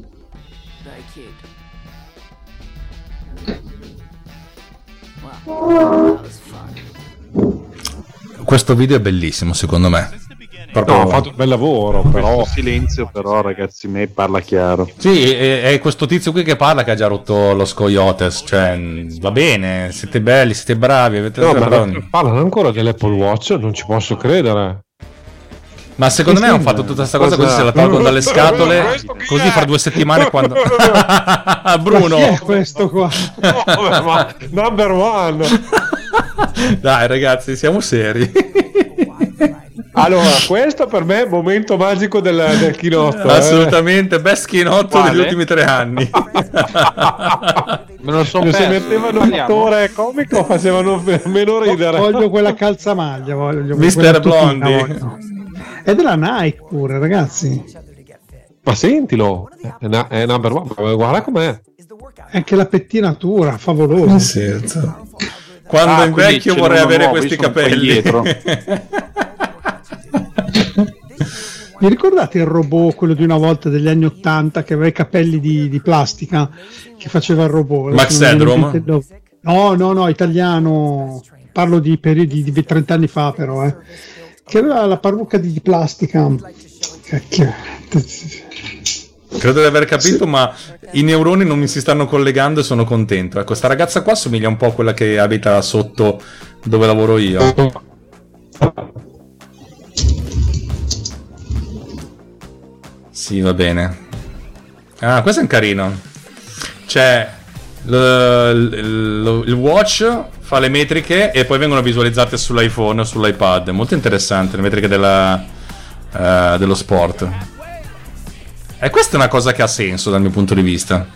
Questo video è bellissimo, secondo me. Proprio... No, ha fatto un bel lavoro, però silenzio, però ragazzi, me parla chiaro. Sì, è, è questo tizio qui che parla che ha già rotto lo Scoyotes, cioè va bene, siete belli, siete bravi, avete no, ma parlano ancora dell'Apple Watch, non ci posso credere. Ma secondo me hanno fatto tutta questa cosa, cosa così se la tolgono dalle scatole, così fra due settimane quando Bruno, ma chi è questo qua? No, ma number one. Dai ragazzi, siamo seri. Allora, questo per me è il momento magico del, del chinotto. Assolutamente, eh. best chinotto degli ultimi tre anni. Me lo so. Se mettevano un attore comico facevano meno ridere. Voglio quella calzamaglia, voglio mister Blondie. È della Nike pure, ragazzi. Ma sentilo, è, na- è number one, guarda com'è. È anche la pettinatura, favolosa. Sì, quando ah, invecchio vorrei avere nuovo, questi capelli. Vi ricordate il robot, quello di una volta degli anni ottanta, che aveva i capelli di, di plastica, che faceva il robot? Max Headroom? No, no, no, italiano. Parlo di periodi di trenta anni fa, però, eh. Che aveva la parrucca di, di plastica. Cacchio. Credo di aver capito, sì. Ma i neuroni non mi si stanno collegando e sono contento. Ecco, sta ragazza qua somiglia un po' a quella che abita sotto dove lavoro io. Sì, va bene. Ah, questo è un carino. C'è l- l- il watch fa le metriche e poi vengono visualizzate sull'iPhone o sull'iPad. Molto interessante, le metriche della, uh, dello sport. E questa è una cosa che ha senso dal mio punto di vista.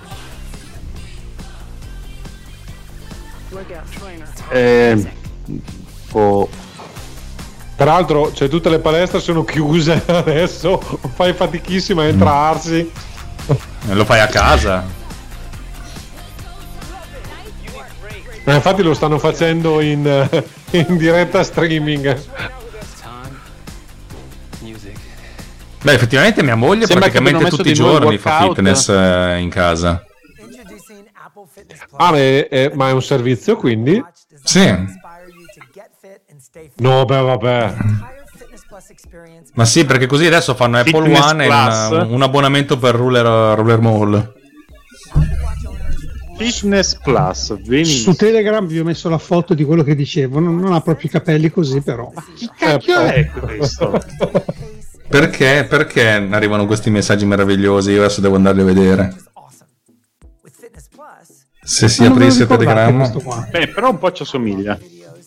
Eh, oh. Peraltro, cioè, tutte le palestre sono chiuse adesso, fai fatichissimo a entrarsi. Mm. Lo fai a casa. Eh, infatti lo stanno facendo in, in diretta streaming. Beh, effettivamente mia moglie Sembra praticamente tutti i giorni fa fitness eh, in casa. Ah, ma è, ma è un servizio quindi? Sì. No, beh, vabbè. Ma sì, perché così adesso fanno Apple Fitness One e Plus. una- un abbonamento per Ruler, Ruler Mall. Fitness Plus, benissimo. Su Telegram vi ho messo la foto di quello che dicevo, non, non ha proprio i capelli così, però. Che cacchio è questo? Perché? Perché arrivano questi messaggi meravigliosi? Io adesso devo andarli a vedere. Se si Ma non ve lo aprisse ricordate Telegram. questo qua? Beh, però un po' ci assomiglia.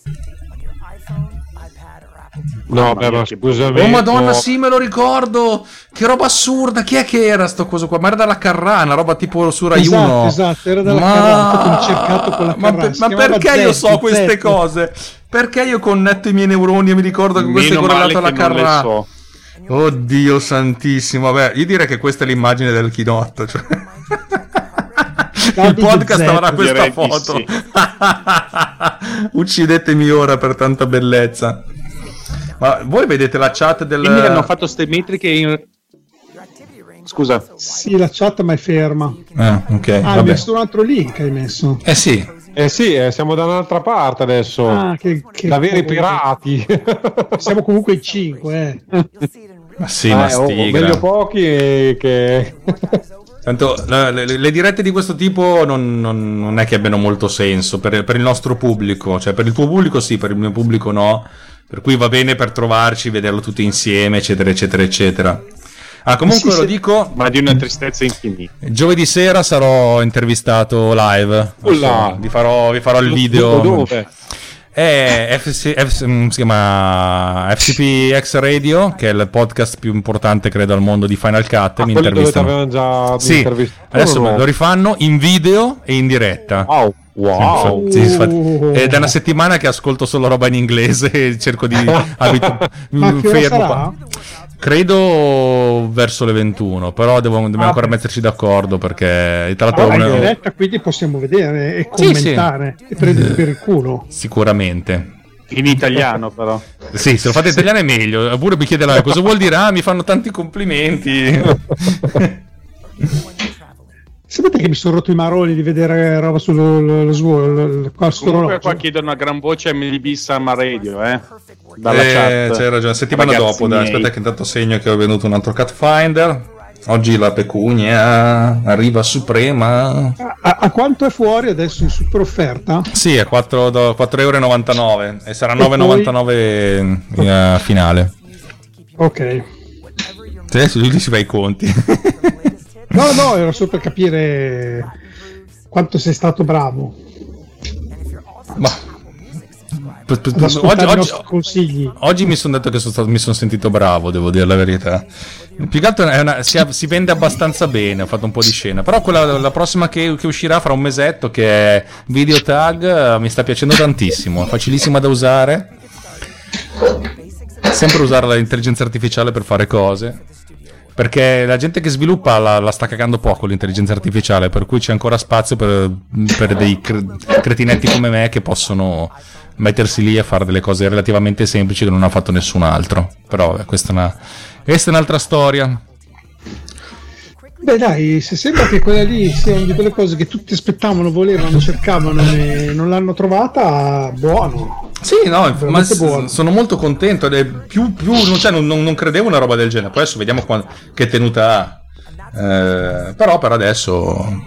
No, beh, ma scusami. Oh madonna, no. sì, me lo ricordo. Che roba assurda. Chi è che era sto coso qua? Ma era dalla Carrana, roba tipo su Rai Esatto, uno. esatto, era dalla Ma- Carrana, infatti l'ho cercato con la ma, Carrana, per- si ma chiamava perché io Zeppi, so queste Zeppi. cose? Perché io connetto i miei neuroni e mi ricordo che questo è Meno male correlato alla che non le Carrana. so. Oddio santissimo. Vabbè, io direi che questa è l'immagine del chinotto. Cioè. Il Davide podcast Zeppi. avrà questa Direi di foto. sì. Uccidetemi ora per tanta bellezza. Ma voi vedete la chat del. Quindi hanno fatto ste metriche in... Scusa. Sì, la chat ma è ferma. Eh, ok. Ah, hai vabbè. messo un altro link, hai messo. Eh sì. Eh sì, eh, siamo da un'altra parte adesso. Ah, che, che da veri pirati. Siamo comunque in cinque, eh. Ma sì, Eh, ma oh, stigra. meglio pochi che... Tanto le, le- le dirette di questo tipo non, non- non è che abbiano molto senso per, per il nostro pubblico, cioè per il tuo pubblico sì, per il mio pubblico no, per cui va bene per trovarci, vederlo tutti insieme, eccetera, eccetera, eccetera. Ah, comunque Sì, lo sì. dico, Ma di una tristezza infinita. giovedì sera sarò intervistato live, Ulla. vi farò, vi farò il video. Dove? È F C, F C, mm, si chiama F C P X Radio, che è il podcast più importante credo al mondo di Final Cut. Ah, mi quelli dove intervistano. t'avevano già Sì, intervistato? adesso No, no. lo rifanno in video e in diretta. Wow, wow. Sì, infatti, è da una settimana che ascolto solo roba in inglese e cerco di abitu- Ma mm, che ora fermo sarà? qua. Credo verso le ventuno, però devo- dobbiamo Ah, ancora beh. metterci d'accordo perché tra l'altro Allora, in una- diretta quindi possiamo vedere e Sì, sì. commentare e prendere per il culo. sicuramente. In italiano, però. Sì, se lo fate in italiano è meglio. Oppure mi chiede la cosa vuol dire? Ah, mi fanno tanti complimenti. Sapete che mi sono rotto i maroni di vedere roba sullo lo, lo, lo, Comunque qua chiedono a gran voce M D B Summer Radio, eh? Dalla Eh, chat. c'hai ragione, settimana Ragazzi dopo, dai, miei. aspetta che intanto segno che ho venuto un altro Cat Finder. Oggi la pecunia arriva suprema. A, a quanto è fuori adesso in super offerta? Sì, è quattro euro e novantanove e sarà E nove e poi? novantanove eh, finale. Ok. Sì, sì, lì si fa i conti. No, no, era solo per capire quanto sei stato bravo Ma p- p- ad ascoltare oggi, i oggi- nostri consigli. oggi mi sono detto che sono stato- mi sono sentito bravo, devo dire la verità. Più che altro è una- si, si vende abbastanza bene, ho fatto un po' di scena. Però quella, la prossima che, che uscirà fra un mesetto, che è Video Tag, eh, mi sta piacendo tantissimo. È facilissima da usare. Sempre usare l'intelligenza artificiale per fare cose. Perché la gente che sviluppa la, la sta cagando poco l'intelligenza artificiale, per cui c'è ancora spazio per, per dei cre- cretinetti come me che possono mettersi lì a fare delle cose relativamente semplici che non ha fatto nessun altro. Però vabbè, questa è, una, questa è un'altra storia. Beh dai, se sembra che quella lì sia una di quelle cose che tutti aspettavano, volevano, cercavano e non l'hanno trovata, buono. Sì, no, ma Veramente s- buono. sono molto contento ed è più, più non, cioè, non, non- non credevo una roba del genere. Poi adesso vediamo qua- che tenuta ha. Eh, però per adesso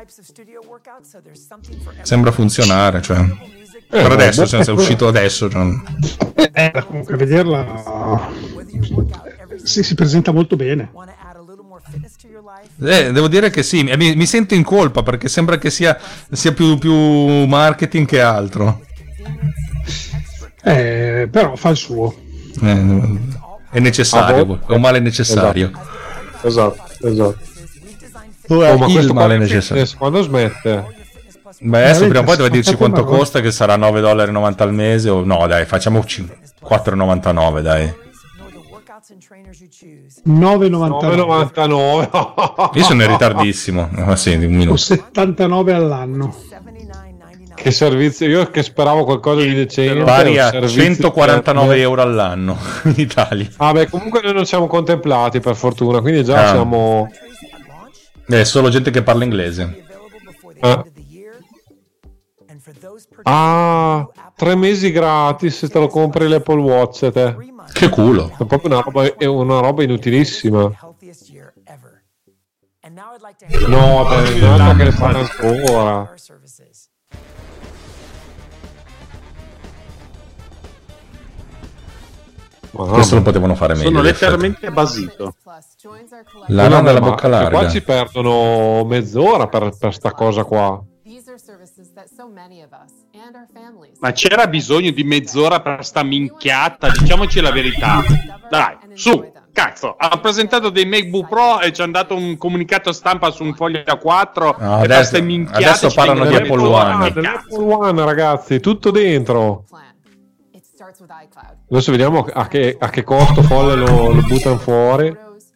sembra funzionare, cioè. Per adesso, beh, cioè, se è uscito adesso, cioè. Eh, comunque a vederla sì, si presenta molto bene. Eh, devo dire che sì, mi, mi sento in colpa perché sembra che sia, sia più, più marketing che altro. Eh, però fa il suo. Eh, è necessario, Ah, boh. è un male necessario. Esatto, esatto. Oh, ma il questo male qua necessario. fitness quando smette? Beh, adesso prima o poi deve dirci Spaccate quanto marrone. costa, che sarà nove virgola novanta dollari al mese o no, dai, facciamo quattro virgola novantanove, dai. nove virgola nove novantanove virgola novantanove. Io sono in ritardissimo. Ah, sì, di un o minuto. settantanove all'anno. che servizio, io che speravo qualcosa di decente, pari a centoquarantanove per... euro all'anno in Italia. Ah beh, comunque noi non siamo contemplati per fortuna, quindi già ah. siamo è solo gente che parla inglese. Ah. Ah, tre mesi gratis se te lo compri l'Apple Watch te. Che culo. È proprio una roba, è una roba inutilissima. No, beh, non è che le fanno ancora. Mamma. Questo lo potevano fare meglio. Sono letteralmente basito. La nonna della bocca larga. Qua ci perdono mezz'ora per, per sta cosa qua. Ma c'era bisogno di mezz'ora per sta minchiata? Diciamoci la verità. Dai, su, cazzo. Ha presentato dei MacBook Pro e ci hanno dato un comunicato stampa su un foglio A quattro. No, adesso, adesso parlano di Apple One. Apple One, ragazzi, tutto dentro. Adesso vediamo a che, a che costo folle lo, lo buttano fuori.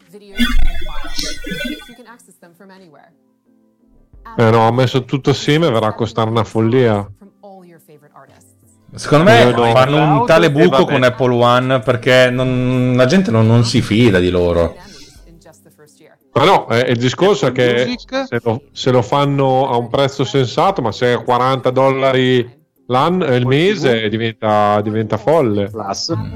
Eh no, ho messo tutto assieme e verrà a costare una follia. Secondo me fanno un tale buco con Apple One perché non, la gente non, non si fida di loro. Ma no, eh, il discorso è che se lo, se lo fanno a un prezzo sensato, ma se è quaranta dollari l'anno, il mese diventa, diventa folle. Plus. Mm.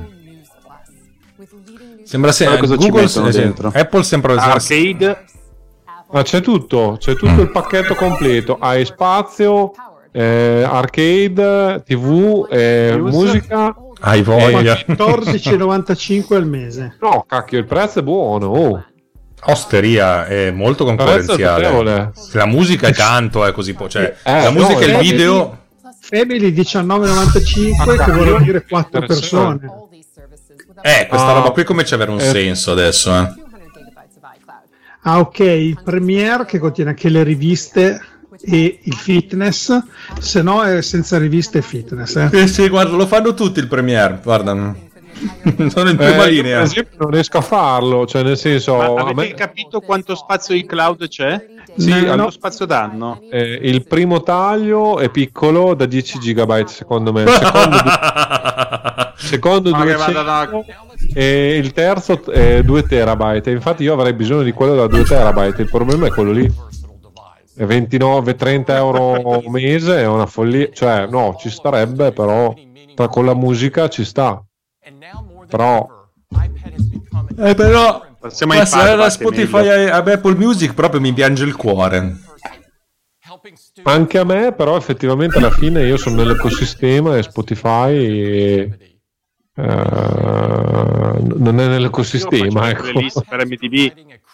Sembra se cosa Google ci dentro? Apple sembra Arcade. Ma c'è tutto, c'è tutto mm. il pacchetto completo. Hai spazio, eh, arcade, tivù, eh, musica. Hai voglia. quattordici e novantacinque al mese. No, cacchio, il prezzo è buono. Oh. Osteria è molto concorrenziale. La musica è tanto, è così po'. Cioè, eh, la musica e no, il video. Family diciannove e novantacinque che vuol dire quattro persone. Eh, questa ah, roba qui comincia ad avere un eh. senso adesso, eh. Ah, ok, il Premiere che contiene anche le riviste e il fitness, se no è senza riviste e fitness. Eh. Sì, sì, guarda, lo fanno tutti il Premiere, guarda. Sono in prima eh, linea. Per esempio non riesco a farlo, cioè nel senso... Ma avete me... capito quanto spazio di cloud c'è? Sì, quanto no. spazio danno? Eh, il primo taglio è piccolo, da dieci gigabyte secondo me. Secondo, du... secondo duecento, e il terzo è due terabyte. Infatti io avrei bisogno di quello da due terabyte. Il problema è quello lì. È ventinove trenta euro al mese, è una follia. Cioè, no, ci starebbe, però tra con la musica ci sta. Però eh però passare da Spotify a, a Apple Music proprio mi piange il cuore. Anche a me, però effettivamente alla fine io sono nell'ecosistema e Spotify e, uh, non è nell'ecosistema, ecco. Per M T V.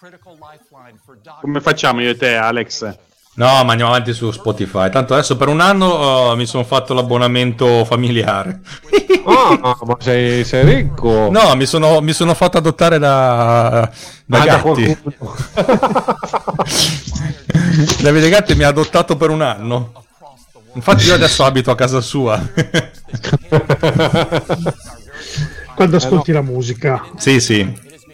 Come facciamo io e te, Alex? No, ma andiamo avanti su Spotify. Tanto adesso per un anno oh, mi sono fatto l'abbonamento familiare. Oh, ma sei, sei ricco. No, mi sono, mi sono fatto adottare da, da ah, Gatti. Da Davide Gatti mi ha adottato per un anno. Infatti io adesso abito a casa sua. Quando ascolti eh no. la musica. Sì, sì.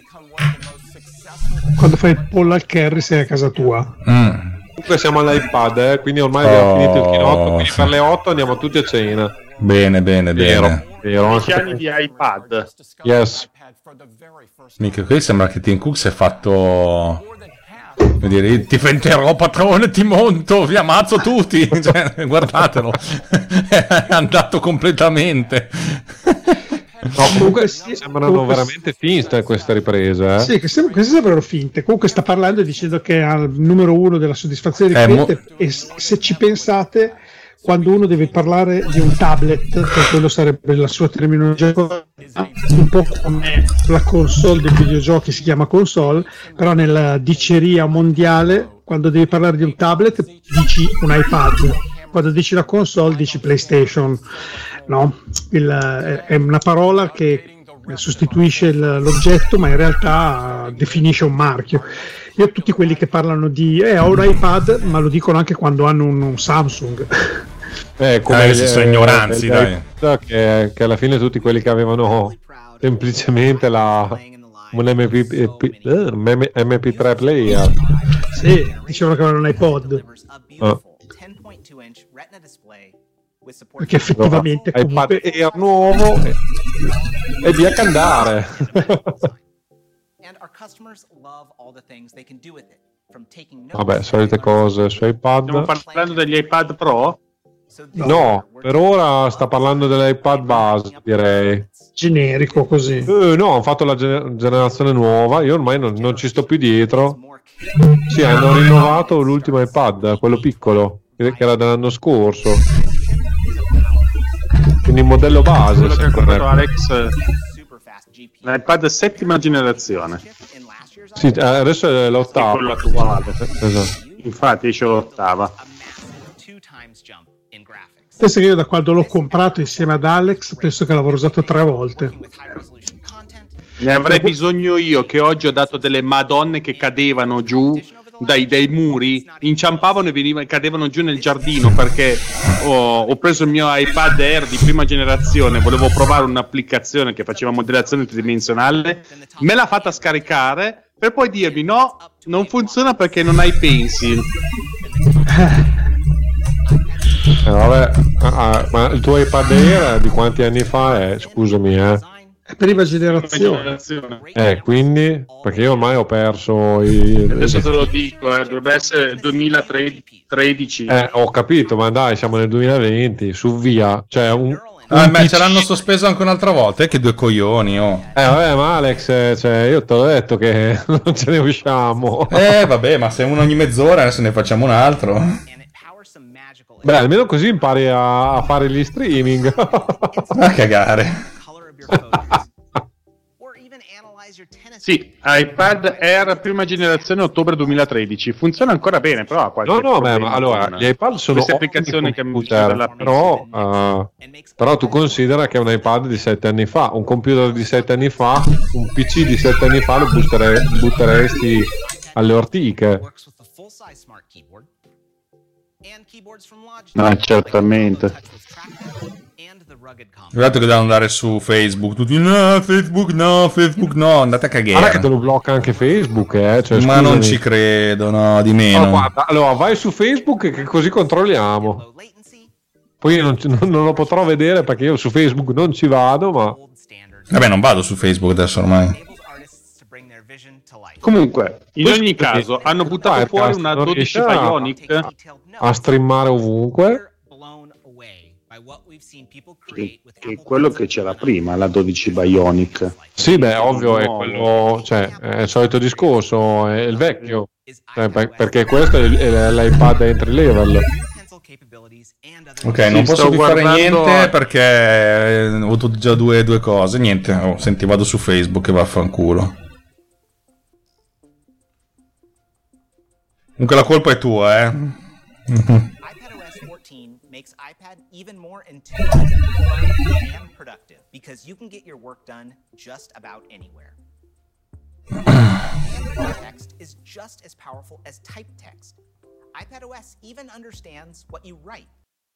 Quando fai il pollo al curry sei a casa tua. Mm. Comunque siamo all'iPad, eh, quindi ormai oh. abbiamo finito il chinotto, quindi per le otto andiamo tutti a cena. Bene, bene, bene. dieci anni di iPad. Yes. Mica, qui sembra che Tim Cook si è fatto... Vuol dire, ti fenterò patrone, ti monto, vi ammazzo tutti. Cioè, guardatelo. È andato completamente. No, comunque sì, sembrano comunque veramente finte queste riprese. Eh? Sì, che sem- queste sembrano finte. Comunque sta parlando e dicendo che è al numero uno della soddisfazione dei clienti. Mo- e se ci pensate, quando uno deve parlare di un tablet, che quello sarebbe la sua terminologia, un po' come la console dei videogiochi si chiama console, però nella diceria mondiale, quando devi parlare di un tablet, dici un iPad. Quando dici la console dici PlayStation, no? Il, è una parola che sostituisce il, l'oggetto, ma in realtà definisce un marchio. Io tutti quelli che parlano di eh, ho un iPad, ma lo dicono anche quando hanno un, un Samsung. Eh, come eh, si sono ignoranzi, dai. Che, che alla fine tutti quelli che avevano semplicemente la un M P tre player. Sì, dicevano che avevano un iPod. Oh. perché effettivamente no, comunque... iPad Air nuovo e, e via che andare. Vabbè, solite cose su iPad. Stiamo parlando degli iPad Pro? No, per ora sta parlando dell'iPad base, direi. Generico così. Eh, no, hanno fatto la gener- generazione nuova. Io ormai non, non ci sto più dietro. Sì, hanno rinnovato l'ultimo iPad, quello piccolo, che era dell'anno scorso. Quindi il modello base. Quello che ha comprato Alex, l'iPad settima generazione. Sì, adesso è l'ottava. Quello attuale. Esatto. Infatti esce l'ottava. Penso che io da quando l'ho comprato insieme ad Alex penso che l'avrò usato tre volte. Ne avrei bisogno io, che oggi ho dato delle madonne che cadevano giù dai, dai muri, inciampavano e venivano, cadevano giù nel giardino, perché ho, ho preso il mio iPad Air di prima generazione, volevo provare un'applicazione che faceva modellazione tridimensionale, me l'ha fatta scaricare per poi dirmi no, non funziona perché non hai pencil. Eh, vabbè, ah, ah, ma il tuo iPad Air di quanti anni fa è? Scusami, eh. È prima generazione. Eh, quindi? Perché io ormai ho perso i... Adesso te lo dico, eh, dovrebbe essere il duemilatredici. Eh, ho capito, ma dai, siamo nel duemilaventi, su via. Cioè, un... Ah, un beh, P C... ce l'hanno sospeso anche un'altra volta, eh, che due coglioni, oh. Eh, vabbè, ma Alex, eh, cioè, io te l'ho detto che non ce ne usciamo. Eh, vabbè, ma se uno ogni mezz'ora adesso ne facciamo un altro. Beh, almeno così impari a, a fare gli streaming. A cagare. Sì, iPad Air prima generazione ottobre duemilatredici. Funziona ancora bene, però ha qualche No, no, beh, problema ma allora, con gli iPad sono queste applicazioni che computer, però, uh, però tu considera che è un iPad di sette anni fa, un computer di sette anni fa, un P C di sette anni fa lo buttere, butteresti alle ortiche. No, certamente. Guardate che devono andare su Facebook. Tutti no, Facebook no, Facebook no. Andate a cagare. Guarda che te lo blocca anche Facebook, eh? Cioè, ma scusami. non ci credo, no, di meno. Oh, guarda, allora vai su Facebook che così controlliamo. Poi io non, non lo potrò vedere perché io su Facebook non ci vado, ma... Vabbè, non vado su Facebook adesso ormai. Comunque, in ogni caso, hanno buttato Dai, fuori cazzo, una non dodici riesce a- Bionic. a streamare ovunque. Che che è quello che c'era prima, la dodici Bionic. Sì, beh, ovvio, è quello, cioè, è il solito discorso, è il vecchio, cioè, per- perché questo è, il- è l'iPad entry level. Ok, non Sì, posso sto più fare guardando- niente perché eh, ho avuto già due, due cose. Niente, oh, senti, vado su Facebook e vaffanculo. Comunque la colpa è tua, eh. iPadOS fourteen makes iPad even more intuitive and productive because you can get your work done just about anywhere. Handwritten text is just as powerful as typed text. iPadOS even understands what you write.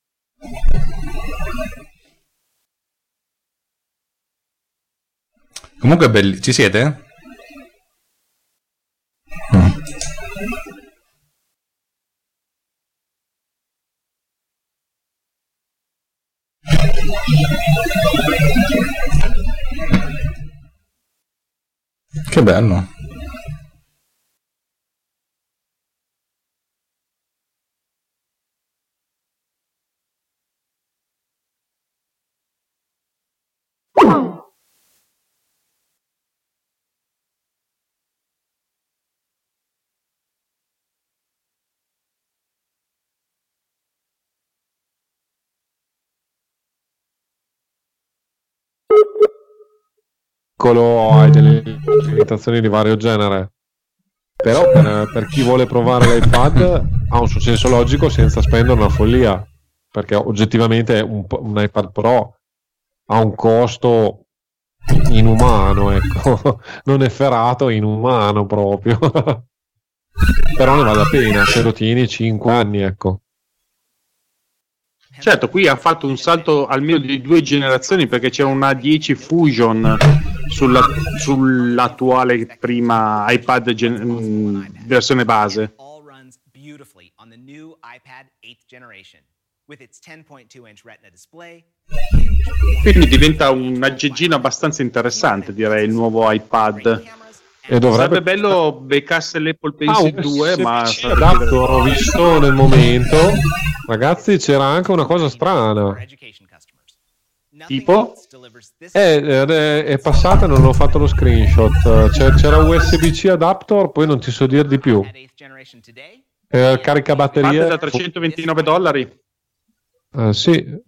Comunque è belli. Ci siete? Mm. Che bello. Piccolo, hai delle limitazioni di vario genere, però per, per chi vuole provare l'iPad ha un suo senso logico senza spendere una follia, perché oggettivamente un, un iPad Pro ha un costo inumano, ecco, non efferato, inumano proprio. Però ne vale la pena se lo tieni cinque anni, ecco. Certo, qui ha fatto un salto almeno di due generazioni perché c'è una dieci Fusion sulla, sull'attuale prima iPad gen- mh, versione base. All runs beautifully on the new iPad eighth generation. with its ten point two inch Retina display. Quindi diventa un aggeggino abbastanza interessante, direi, il nuovo iPad. E dovrebbe... Sarebbe bello beccasse l'Apple Pencil ah, due, ma adatto, ho visto nel momento, ragazzi, c'era anche una cosa strana. Tipo? Eh, è, è passata, non ho fatto lo screenshot. C'è, c'era U S B C adapter, poi non ti so dire di più. Eh, carica batterie da trecentoventinove dollari. Eh, sì.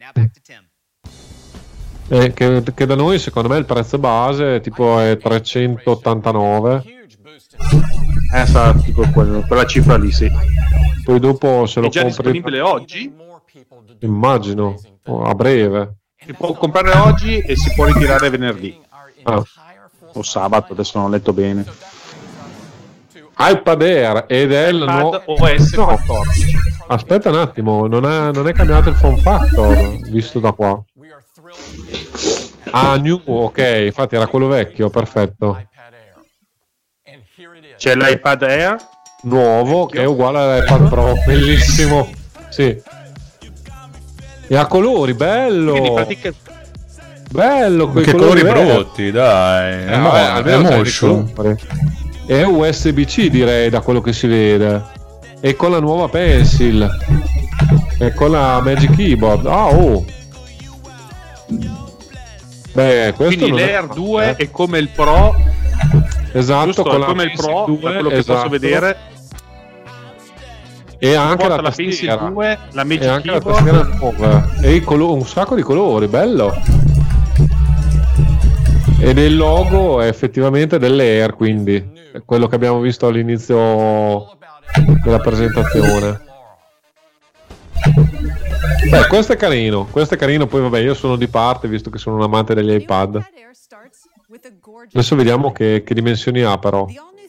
Eh, che, che da noi secondo me il prezzo base tipo è trecentottantanove. Eh, sa, tipo quello, quella cifra lì, sì. Poi dopo se lo è già compri... disponibile oggi? Immagino, a breve. Si può comprare oggi e si può ritirare venerdì. Ah. O sabato, adesso non ho letto bene. iPad Air ed è il nuovo O S quattordici. No. Aspetta un attimo, non è, non è cambiato il form factor visto da qua. Ah, new, ok, infatti era quello vecchio, perfetto. C'è l'iPad Air nuovo che è uguale all'iPad Pro, bellissimo. Sì. E a colori, bello. Quindi pratica... bello, quei che colori, colori brutti, dai. Eh, È, vabbè, mo- è motion. È U S B C direi da quello che si vede. E con la nuova Pencil. E con la Magic Keyboard. Ah, oh. Beh, questo quindi non l'Air è... due è come il Pro. Esatto, giusto, con è la come il Pro, due, da quello che esatto. posso vedere. E anche la, la tastiera. Pencil due, la Magic e anche Keyboard. la tastiera nuova. E i colo- un sacco di colori, bello. Ed il logo è effettivamente dell'Air, quindi è quello che abbiamo visto all'inizio della presentazione. Beh, questo è carino, questo è carino. Poi vabbè, io sono di parte visto che sono un amante degli iPad. Adesso vediamo che, che dimensioni ha però.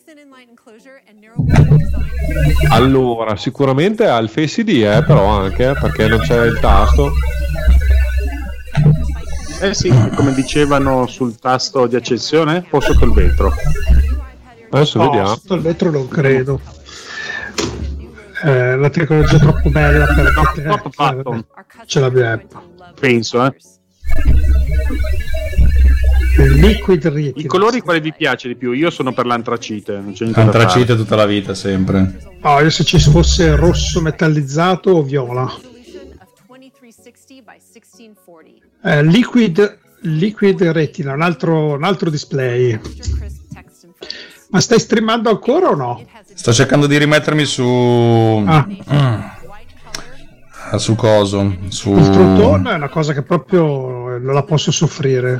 Allora, sicuramente ha il Face I D, eh, però anche perché non c'è il tasto. Eh sì, come dicevano sul tasto di accensione, posso col vetro. Adesso no, vediamo. Sotto il vetro non credo. Eh, la tecnologia è troppo bella per no, poter, eh, ce l'abbiamo. Penso, eh. Liquid Retina. I colori quali vi piace di più? Io sono per l'antracite, non c'è niente da fare. Antracite tutta la vita, sempre. Oh, io se ci fosse rosso metallizzato o viola. Eh, liquid, liquid Retina, un altro, un altro display. Ma stai streamando ancora o no? Sto cercando di rimettermi su ah. mm. su coso su... Il True Tone è una cosa che proprio non la posso soffrire.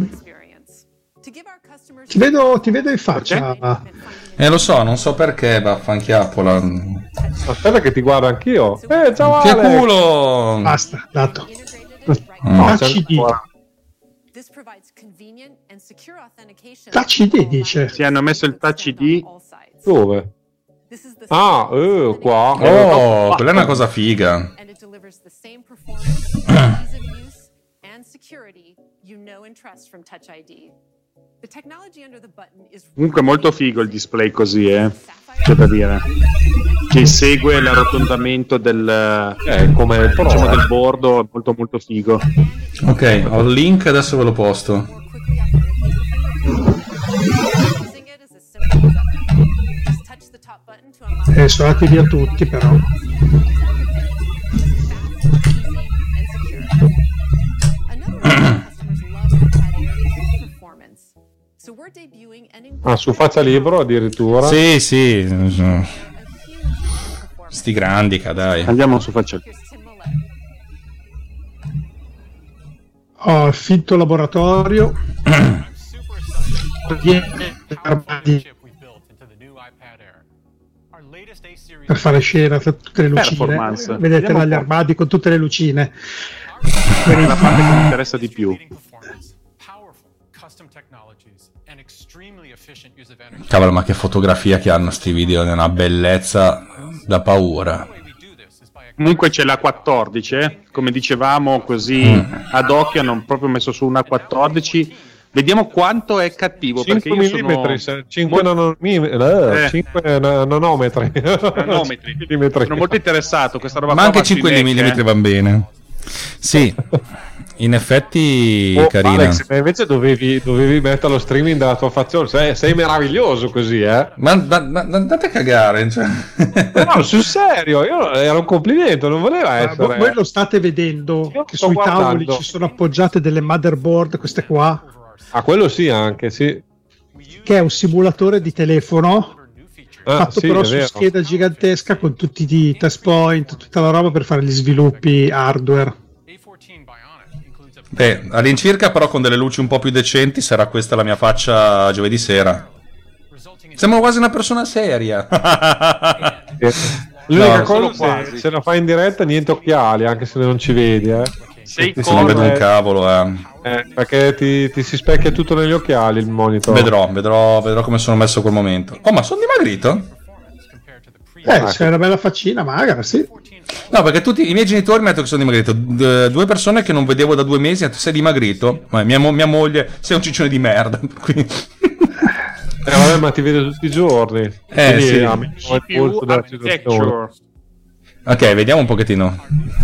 Ti vedo, ti vedo in faccia. Eh lo so, non so perché, vaffanchiappola. Aspetta che ti guardo anch'io. Eh, ciao Che Ale. culo! Basta, dato. Mm. Touch I D. Touch I D dice. Si hanno messo il Touch I D. Dove? Ah, eh, qua. Oh, quella è una cosa figa. Comunque molto figo il display così, eh. C'è da dire. Che segue l'arrotondamento del, eh, come il Pro, diciamo, eh. del bordo, molto molto figo. Ok, ho il link, adesso ve lo posto. Eh, sono andati via tutti però. Ah, su Faccia Libro addirittura. Sì, sì. Sti grandica, dai. Andiamo su Faccia Libro. Oh, finto laboratorio. Per fare scena tra tutte le lucine. Vedete là gli armadi con tutte le lucine. È la parte che mi interessa di più. Cavolo, ma che fotografia che hanno sti video, è una bellezza da paura. Comunque c'è la quattordici, eh? Come dicevamo, così mm. ad occhio hanno proprio messo su una quattordici Vediamo quanto è cattivo. cinque perché io millimetri, sono cinque, molto... nanometri, eh, cinque nanometri. nanometri. Sono molto interessato. Questa roba ma anche cinque millimetri eh. va bene. Sì. In effetti, oh, carina. Alex, invece dovevi, dovevi mettere lo streaming della tua fazione. Sei, sei meraviglioso così, eh? Ma, ma, ma andate a cagare. Cioè. No, sul serio, io, era un complimento, non voleva essere. Ma voi lo state vedendo io che sui guardando. Tavoli ci sono appoggiate delle motherboard, queste qua. Ah, quello sì, anche sì. Che è un simulatore di telefono. Ah, fatto sì, però su vero. Scheda gigantesca con tutti i test point, tutta la roba per fare gli sviluppi hardware. Beh, all'incirca però con delle luci un po' più decenti sarà questa la mia faccia giovedì sera. Sembra quasi una persona seria. L'unica no, cosa se, se la fai in diretta niente occhiali, anche se non ci vedi, eh. Se non vedo un cavolo, eh. eh perché ti, ti si specchia tutto negli occhiali il monitor. Vedrò, vedrò, vedrò come sono messo quel momento. Oh, ma sono dimagrito? Eh, ah, c'è una bella faccina magra, sì. No, perché tutti i miei genitori mi hanno detto che sono dimagrito. D- due persone che non vedevo da due mesi hanno detto sei dimagrito. Ma mia, mo- mia moglie, sei un ciccione di merda. Quindi... eh, vabbè, ma ti vedo tutti i giorni. Eh, quindi, sì. A me il polso della situazione. Ok, vediamo un pochettino.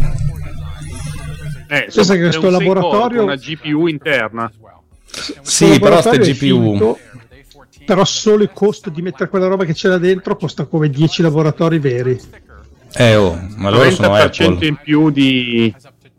Eh, pensa che questo laboratorio una G P U interna. Sì, però ste G P U. Finto, però solo il costo di mettere quella roba che c'è là dentro costa come dieci laboratori veri. Eh oh, ma loro sono Apple. trenta per cento in più di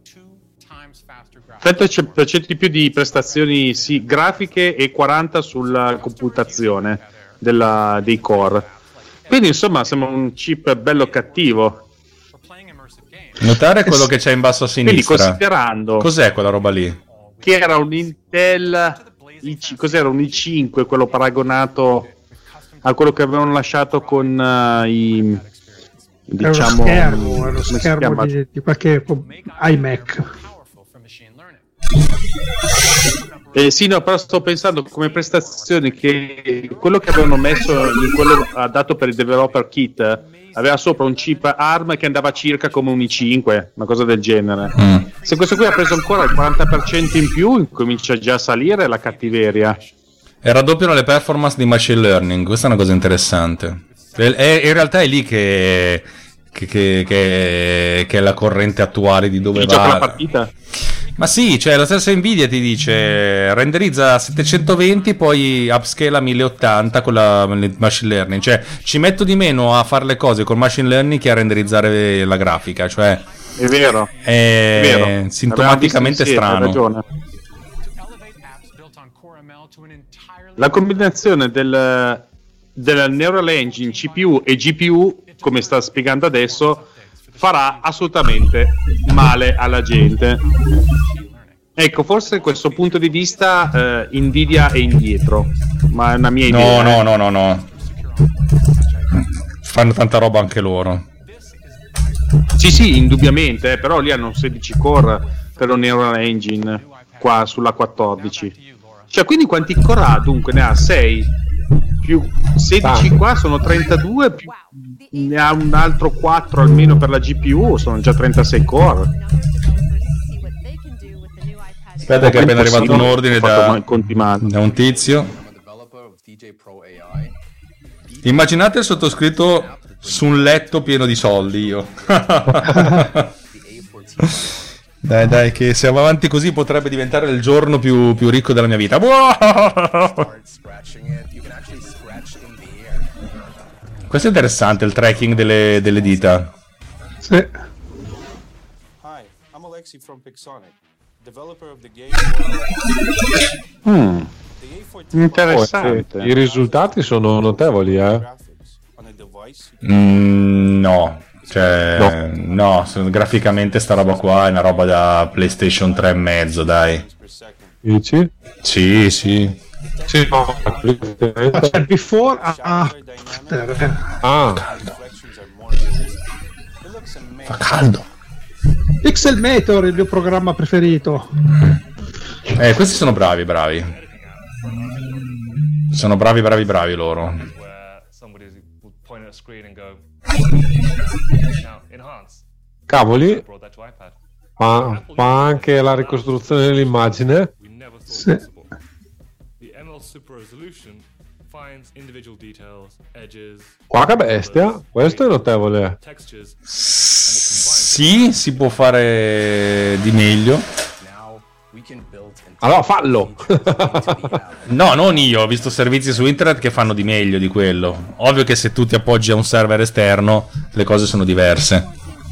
trenta per cento in più di prestazioni sì, grafiche e quaranta sulla computazione della, dei core. Quindi insomma sembra un chip bello cattivo. Notare quello che c'è in basso a sinistra. Quindi considerando cos'è quella roba lì? Che era un Intel I C, cos'era un i cinque, quello paragonato a quello che avevano lasciato con uh, i diciamo era lo schermo, era lo schermo di, di qualche iMac. Eh, sì, no, però sto pensando come prestazioni che quello che avevano messo in quello dato per il developer kit aveva sopra un chip ARM che andava circa come un i cinque, una cosa del genere. Mm. Se questo qui ha preso ancora il quaranta per cento in più, comincia già a salire la cattiveria. E raddoppiano le performance di machine learning, questa è una cosa interessante. È, in realtà è lì che, che, che, che, che è la corrente attuale di dove Chi va. Gioca la partita? Ma sì, cioè la stessa Nvidia ti dice renderizza a settecentoventi, poi upscale a mille ottanta con la machine learning. Cioè ci metto di meno a fare le cose con machine learning che a renderizzare la grafica. Cioè è vero, è, è vero. Sintomaticamente strano. Hai ragione. La combinazione del, del Neural Engine C P U e G P U, come sta spiegando adesso, farà assolutamente male alla gente. Ecco, forse da questo punto di vista eh, Nvidia è indietro, ma è una mia idea. No, no, no, no, no. Fanno tanta roba anche loro. Sì, sì, indubbiamente, eh, però lì hanno sedici core per un Neural Engine qua sulla quattordici. Cioè, quindi quanti core ha? Dunque ne ha sei più sedici qua sono trentadue, più ne ha un altro quattro almeno per la G P U, sono già trentasei core. Aspetta che è appena arrivato un ordine da, da un tizio. Immaginate il sottoscritto su un letto pieno di soldi, io. Dai, dai, che se va avanti così potrebbe diventare il giorno più, più ricco della mia vita. Questo è interessante, il tracking delle, delle dita. Sì. Hi, I'm Alexi from Pixonic, developer of the game. Mm. Interessante. Oh, i risultati sono notevoli, eh? Mm, no. Cioè, no, no, graficamente sta roba qua è una roba da PlayStation tre e mezzo, dai. Dici? Sì, sì. Sì, no. C'è before ah, ah. Caldo. Fa caldo. Pixelmator, il mio programma preferito. Eh, questi sono bravi, bravi. Sono bravi, bravi, bravi loro. Cavoli, fa, fa anche la ricostruzione dell'immagine. Sì. Quaca bestia, questo è notevole. Sì, si può fare di meglio. Allora fallo. No, non io, ho visto servizi su internet che fanno di meglio di quello. Ovvio che se tu ti appoggi a un server esterno le cose sono diverse.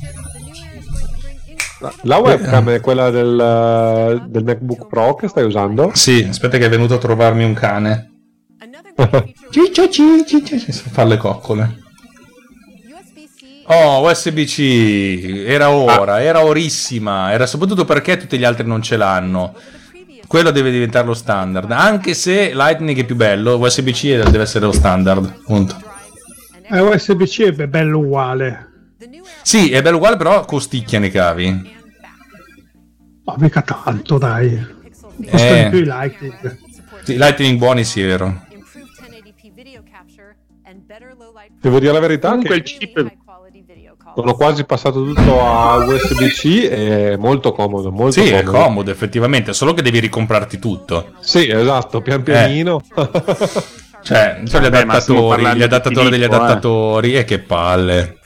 La webcam è quella del, del MacBook Pro che stai usando? Sì, aspetta che è venuto a trovarmi un cane. Ciccio ciccio, fa le coccole. Oh, U S B C, era ora, ah. era orissima, era soprattutto perché tutti gli altri non ce l'hanno. Quello deve diventare lo standard, anche se Lightning è più bello, U S B C deve essere lo standard, punto. Eh, U S B C è bello uguale. Sì, è bello uguale, però costicchia nei cavi. Ma mica tanto, dai. Costano Eh. più i Lightning. Sì, Lightning buoni, sì, è vero. Devo dire la verità Comunque che il chip sono quasi passato tutto a U S B C, è molto comodo, molto Sì, comodo. è comodo effettivamente, solo che devi ricomprarti tutto. Sì, esatto, pian pianino. Cioè, sono gli Vabbè, ma stiamo adattatori, parlando gli adattatori di degli Filippo, eh. adattatori, e che palle.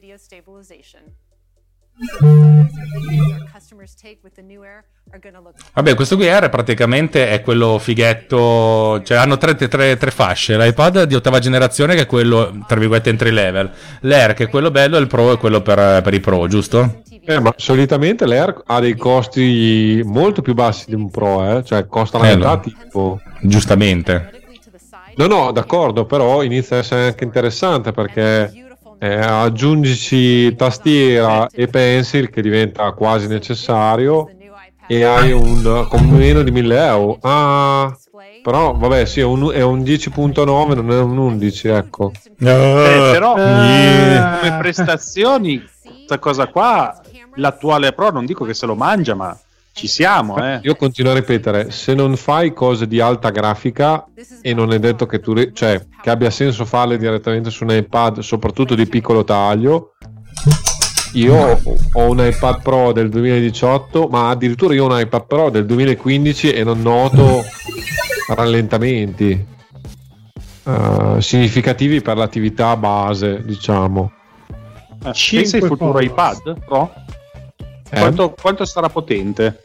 Vabbè, questo qui R praticamente è quello fighetto, cioè hanno tre, tre, tre fasce, l'iPad di ottava generazione che è quello, tra virgolette, entry level, l'Air che è quello bello e il Pro è quello per, per i Pro, giusto? Eh, ma solitamente l'Air ha dei costi molto più bassi di un Pro, eh? Cioè costa la Eh, metà no. tipo. Giustamente. No, no, d'accordo, però inizia a essere anche interessante perché eh, aggiungici tastiera e pencil che diventa quasi necessario e hai un con meno di mille euro. Ah, però vabbè, sì, è un, è un dieci virgola nove, non è un undici, ecco. Eh, però Yeah. come prestazioni questa cosa qua, l'attuale Pro non dico che se lo mangia, ma ci siamo, eh. Io continuo a ripetere, se non fai cose di alta grafica e non è detto che tu ri- cioè che abbia senso farle direttamente su un iPad, soprattutto di piccolo taglio. Io ho un iPad Pro del duemiladiciotto, ma addirittura io ho un iPad Pro del duemilaquindici e non noto rallentamenti uh, significativi per l'attività base, diciamo. Eh, pensa ai futuro cose. iPad Pro? Eh? Quanto, quanto sarà potente?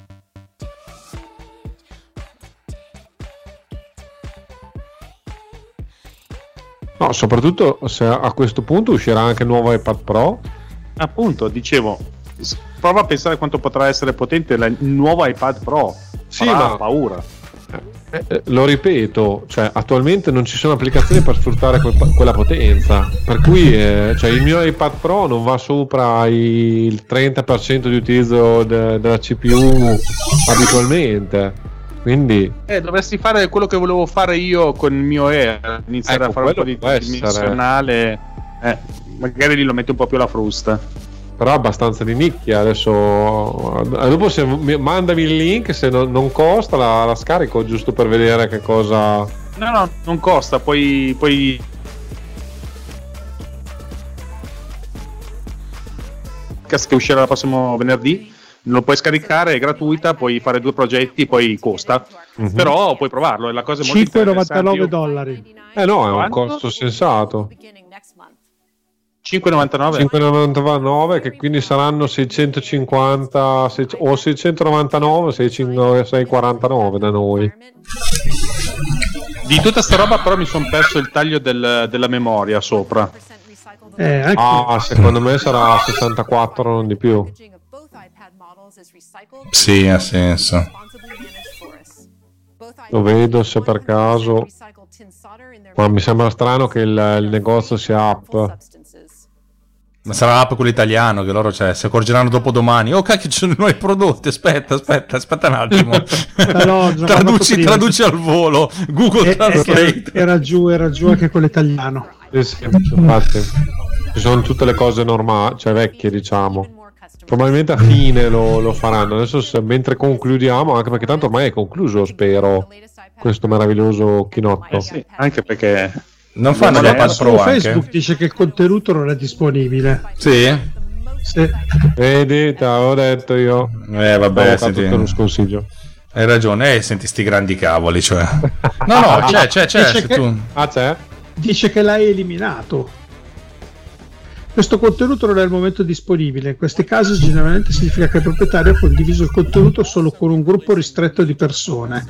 No, soprattutto se a questo punto uscirà anche il nuovo iPad Pro. Appunto, dicevo, s- prova a pensare quanto potrà essere potente la- il nuovo iPad Pro. Sì, Farà ma- paura. Eh, eh, lo ripeto, cioè attualmente non ci sono applicazioni per sfruttare quel- quella potenza, per cui eh, cioè, il mio iPad Pro non va sopra il trenta per cento di utilizzo de- della C P U abitualmente, quindi Eh, dovresti fare quello che volevo fare io con il mio Air, iniziare Ecco, a fare un po' quello di può essere. dimensionale. Eh, magari lì lo metti un po' più alla frusta. però abbastanza di nicchia. Adesso eh, dopo se mi- mandami il link, se non, non costa la, la scarico giusto per vedere che cosa. No, no, non costa, poi, poi che uscirà il prossimo venerdì, lo puoi scaricare, è gratuita, puoi fare due progetti, poi costa. Mhm. Però puoi provarlo, è la cosa molto cinque virgola interessante. novantanove Io- dollari. Eh no, è un Quanto? costo sensato. cinque virgola novantanove cinque virgola novantanove che quindi saranno seicentocinquanta sei- o seicentonovantanove seicentoquarantanove da noi. Di tutta sta roba però mi sono perso il taglio del- della memoria sopra. Eh, anche Ah, secondo me sarà sessantaquattro, non di più. Sì, ha senso. Lo vedo se per caso, ma mi sembra strano che il, il negozio sia app. Ma sarà l'app quello italiano che loro cioè, si accorgeranno dopo domani. Oh cacchio, ci sono nuovi prodotti. Aspetta, aspetta, aspetta un attimo. no, già traduci, prima. traduci al volo. Google Eh, eh, Translate. era giù, era giù anche quello italiano. Sì, sì, infatti ci sono tutte le cose normali, cioè vecchie, diciamo. Probabilmente a fine lo, lo faranno. Adesso se- mentre concludiamo, anche perché tanto ormai è concluso, spero, questo meraviglioso chinotto. Eh sì, anche perché Non fanno Non è- l'iPad Su Pro Facebook anche? dice che il contenuto non è disponibile. Sì? Sì. Vedi, te l'avevo detto io. Eh Ho vabbè, fatto senti. tutto lo sconsiglio. Hai ragione, eh, senti sti grandi cavoli, cioè. No, no, c'è, c'è, c'è. Dice Se che- tu... Ah, c'è? Dice che l'hai eliminato. Questo contenuto non è al momento disponibile. In questi casi generalmente significa che il proprietario ha condiviso il contenuto solo con un gruppo ristretto di persone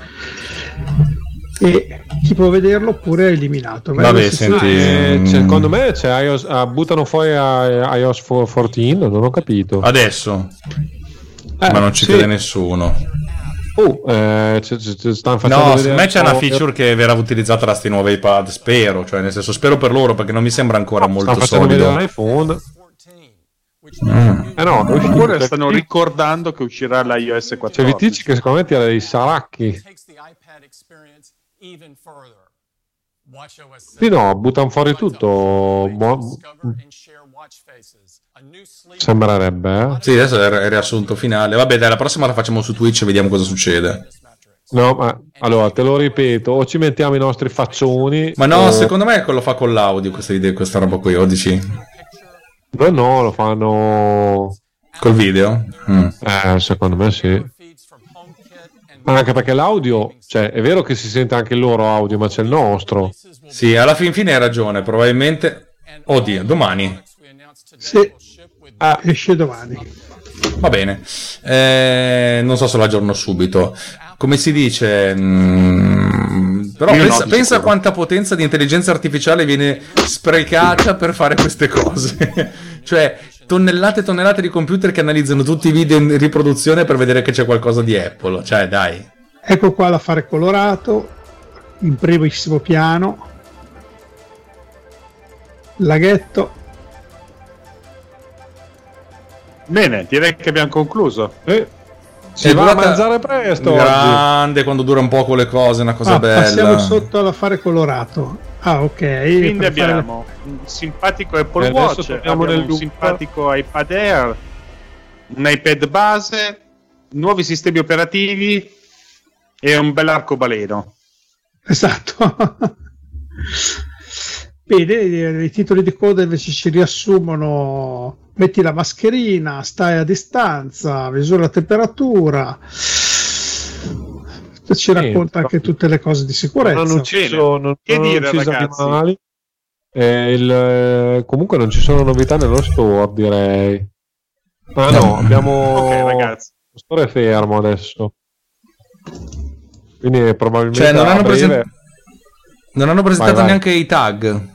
e chi può vederlo oppure è eliminato. Ma Vabbè, nel senso- senti, Eh, mm, c'è- secondo me c'è iOS, ah, buttano fuori a- iOS quattordici, non ho capito. adesso, Eh, ma non ci sì. crede nessuno. Oh, eh, c- c- c- stanno facendo No, vedere secondo me c'è un una po'- feature che verrà utilizzata da sti nuovi iPad, spero, cioè nel senso spero per loro perché non mi sembra ancora stanno molto facendo solido. vedere l'iPhone. Mm. Eh no, è uscito, Oppure c'è stanno Vitici- ricordando che uscirà la iOS c'è quattordici. Vitici che secondo me tira dei saracchi. Sì, no, buttano fuori tutto. Buon- Sembrerebbe, eh. Sì, adesso è il il riassunto finale. Vabbè, dai, la prossima la facciamo su Twitch e vediamo cosa succede. No, ma allora te lo ripeto, o ci mettiamo i nostri faccioni. Ma no, o- secondo me lo fa con l'audio questa, idea- questa roba qui, o dici? No, no, lo fanno. Col video? Mm. Eh, secondo me sì. Ma anche perché l'audio, cioè, è vero che si sente anche il loro audio, ma c'è il nostro. Sì, alla fin fine hai ragione, probabilmente... Oddio, domani. Sì, ah, esce domani. Va bene. Eh, non so se lo aggiorno subito. Come si dice... mm, però Io no, pensa, di pensa a sicuro. quanta potenza di intelligenza artificiale viene sprecata per fare queste cose. Cioè, tonnellate e tonnellate di computer che analizzano tutti i video in riproduzione per vedere che c'è qualcosa di Apple. Cioè, dai. Ecco qua l'affare colorato in primissimo piano, laghetto. Bene, direi che abbiamo concluso. Eh, si È va durata- a mangiare presto oggi. Grande, quando dura un poco le cose, è una cosa Ah, bella. passiamo sotto all'affare colorato. Ah, ok. Quindi per fare- abbiamo un simpatico Apple E adesso Watch, torniamo abbiamo nel un loop. simpatico iPad Air, un iPad base, nuovi sistemi operativi e un bel arcobaleno. Esatto. Bene, i titoli di coda invece ci riassumono: metti la mascherina, stai a distanza, misura la temperatura, ci racconta anche tutte le cose di sicurezza. Non hanno ucciso, non, Che non hanno dire, ucciso ragazzi? animali. Eh, il, eh, comunque non ci sono novità nello store, direi. Ah no, abbiamo Ok, ragazzi. lo store è fermo adesso. Quindi probabilmente Cioè, non a hanno, breve- present- non hanno presentato Vai, vai. neanche i tag.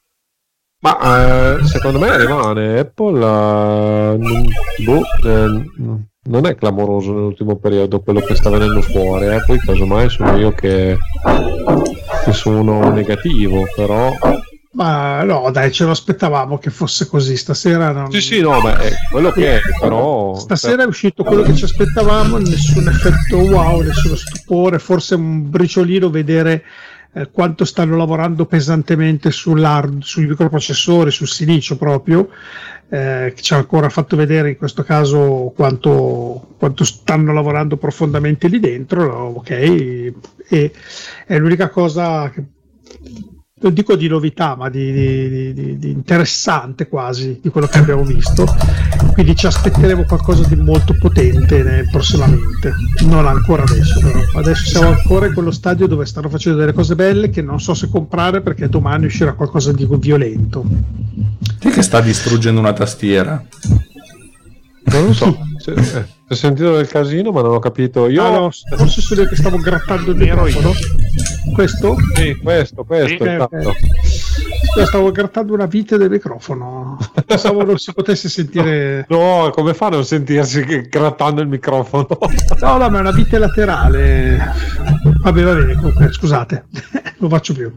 Ma eh, secondo me rimane Apple eh, non, boh, eh, non è clamoroso nell'ultimo periodo quello che sta venendo fuori, eh. Poi casomai sono io che, che sono negativo, però Ma no, dai, ce lo aspettavamo che fosse così. Stasera non... sì sì no, beh, è quello che è, però Stasera è uscito quello che ci aspettavamo, nessun effetto wow, nessuno stupore, forse un briciolino vedere eh, quanto stanno lavorando pesantemente sull'hard, sui microprocessori, sul silicio proprio, eh, che ci ha ancora fatto vedere in questo caso quanto, quanto stanno lavorando profondamente lì dentro, ok, e è l'unica cosa che non dico di novità, ma di, di, di, di interessante quasi di quello che abbiamo visto. Quindi ci aspetteremo qualcosa di molto potente eh, prossimamente, non ancora adesso, però adesso siamo ancora in quello stadio dove stanno facendo delle cose belle che non so se comprare perché domani uscirà qualcosa di violento. Chi è che sta distruggendo una tastiera? non lo so. Se- eh, ho sentito del casino, ma non ho capito. Io Ah, no, forse sono io che stavo grattando il microfono. Questo? sì, questo, questo Ok, è ok. stato. Io stavo grattando una vite del microfono. Pensavo non si potesse sentire. No, come fa a non sentirsi che- grattando il microfono? No, no, ma è una vite laterale. Vabbè, va bene, comunque, scusate, non faccio più.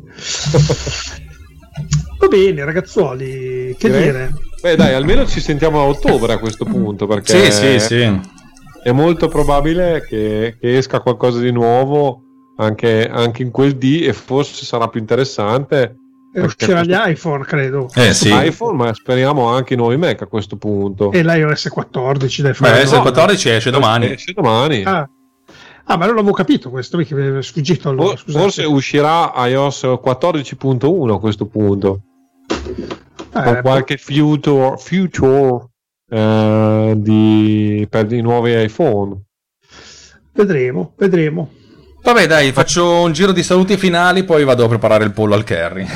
Va bene, ragazzuoli, che Direi- dire? Beh, dai, almeno ci sentiamo a ottobre a questo punto, perché Sì, sì, sì. è molto probabile che, che esca qualcosa di nuovo anche, anche in quel D e forse sarà più interessante. E uscirà gli iPhone, credo. Eh sì. iPhone, ma speriamo anche i nuovi Mac a questo punto. E l'iOS quattordici, dai, Beh, fare S quattordici esce domani. Esce domani. Ah. Ah, ma non l'avevo capito questo, mica mi è sfuggito allora, For- scusate. forse uscirà iOS quattordici punto uno a questo punto. Eh, Con qualche future, future eh, di, per i nuovi iPhone. vedremo, vedremo. Vabbè, dai, faccio un giro di saluti finali, poi vado a preparare il pollo al curry.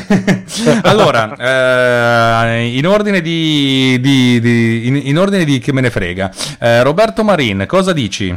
Allora, eh, in ordine di, di, di in, in ordine di che me ne frega, eh, Roberto Marin, cosa dici?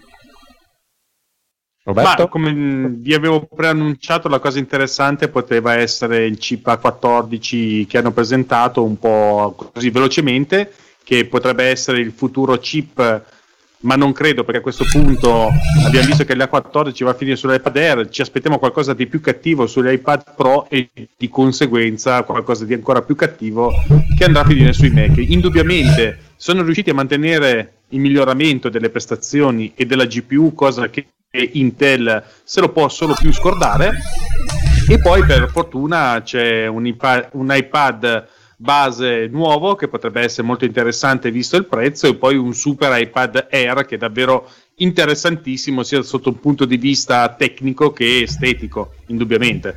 Roberto? Ma come vi avevo preannunciato, la cosa interessante poteva essere il chip A quattordici che hanno presentato un po' così velocemente, che potrebbe essere il futuro chip, ma non credo, perché a questo punto abbiamo visto che l'A quattordici va a finire sull'iPad Air, ci aspettiamo qualcosa di più cattivo sull'iPad Pro e di conseguenza qualcosa di ancora più cattivo che andrà a finire sui Mac. Indubbiamente sono riusciti a mantenere il miglioramento delle prestazioni e della G P U, cosa che Intel se lo può solo più scordare, e poi per fortuna c'è un iPad, un iPad base nuovo che potrebbe essere molto interessante visto il prezzo, e poi un super iPad Air che è davvero interessantissimo sia sotto un punto di vista tecnico che estetico, indubbiamente.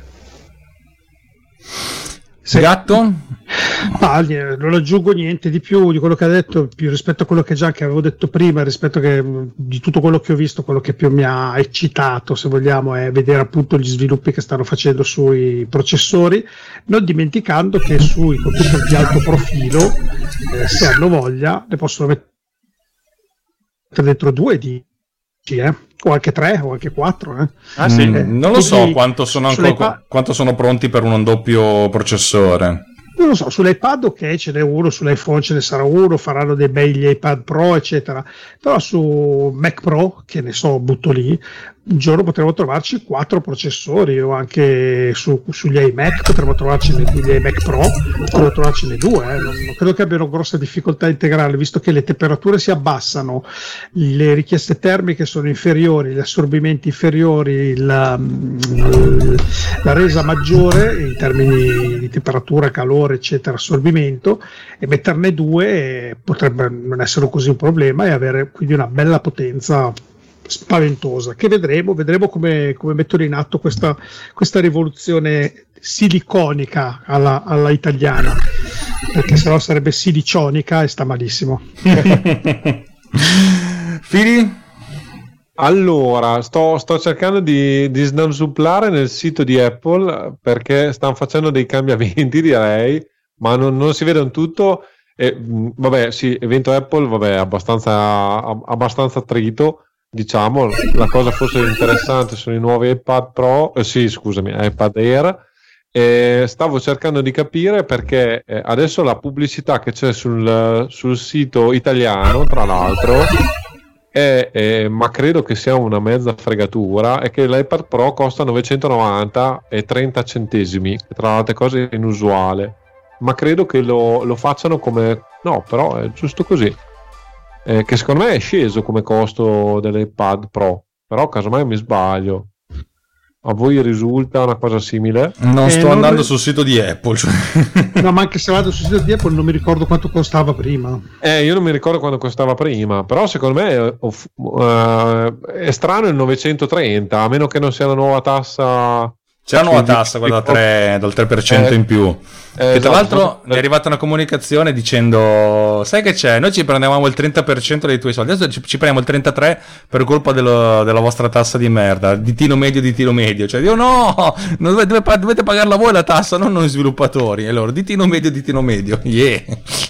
Sì. Gatto? Ah, non aggiungo niente di più di quello che ha detto, più rispetto a quello che già che avevo detto prima, rispetto che di tutto quello che ho visto, quello che più mi ha eccitato, se vogliamo, è vedere appunto gli sviluppi che stanno facendo sui processori, non dimenticando che sui computer di alto profilo, eh, se hanno voglia, ne possono mettere dentro due di eh? o anche tre o anche quattro eh? ah, sì. eh, non lo so quanto sono, ancora, quanto sono pronti per un doppio processore. Non lo so, sull'iPad ok, ce n'è uno, sull'iPhone ce ne sarà uno, faranno dei begli iPad Pro eccetera, però su Mac Pro, che ne so, butto lì, un giorno potremo trovarci quattro processori, o anche su, sugli iMac potremo trovarci negli iMac Pro, potremo trovarcene due, eh. non, non credo che abbiano grossa difficoltà integrale, visto che le temperature si abbassano, le richieste termiche sono inferiori, gli assorbimenti inferiori, la, la resa maggiore in termini di temperatura, calore eccetera, assorbimento, e metterne due potrebbe non essere così un problema e avere quindi una bella potenza spaventosa, che vedremo vedremo come, come mettono in atto questa, questa rivoluzione siliconica alla, alla italiana, perché sennò sarebbe silicionicca e sta malissimo. Fili? Allora, sto, sto cercando di, di snanzuplare nel sito di Apple, perché stanno facendo dei cambiamenti, direi, ma non, non si vedono tutto. E, vabbè, sì, evento Apple, vabbè, abbastanza, abbastanza trito. Diciamo, la cosa forse interessante sono i nuovi iPad Pro, eh, sì, scusami, iPad Air. E stavo cercando di capire perché eh, adesso la pubblicità che c'è sul, sul sito italiano, tra l'altro, è, è, ma credo che sia una mezza fregatura, è che l'iPad Pro costa novecentonovanta e trenta centesimi, che tra le altre cose è inusuale, ma credo che lo, lo facciano come, no, però è giusto così. Eh, che secondo me è sceso come costo dell'iPad Pro, però casomai mi sbaglio. A voi risulta una cosa simile? Non eh, sto non andando mi... sul sito di Apple, cioè. No, ma anche se vado sul sito di Apple non mi ricordo quanto costava prima. Eh, io non mi ricordo quanto costava prima, però secondo me è, uh, è strano il novecentotrenta, a meno che non sia la nuova tassa. C'è la nuova tassa, quella tre, dal tre per cento eh, in più. Eh, che tra esatto, l'altro mi è arrivata una comunicazione dicendo: sai che c'è? Noi ci prendevamo il trenta per cento dei tuoi soldi, adesso ci, ci prendiamo il trentatré per cento per colpa dello, della vostra tassa di merda, di tino medio, di tino medio. Cioè, io no, non dovete, dovete pagarla voi la tassa, non noi sviluppatori. E loro, di tino medio, di tino medio. Yeah.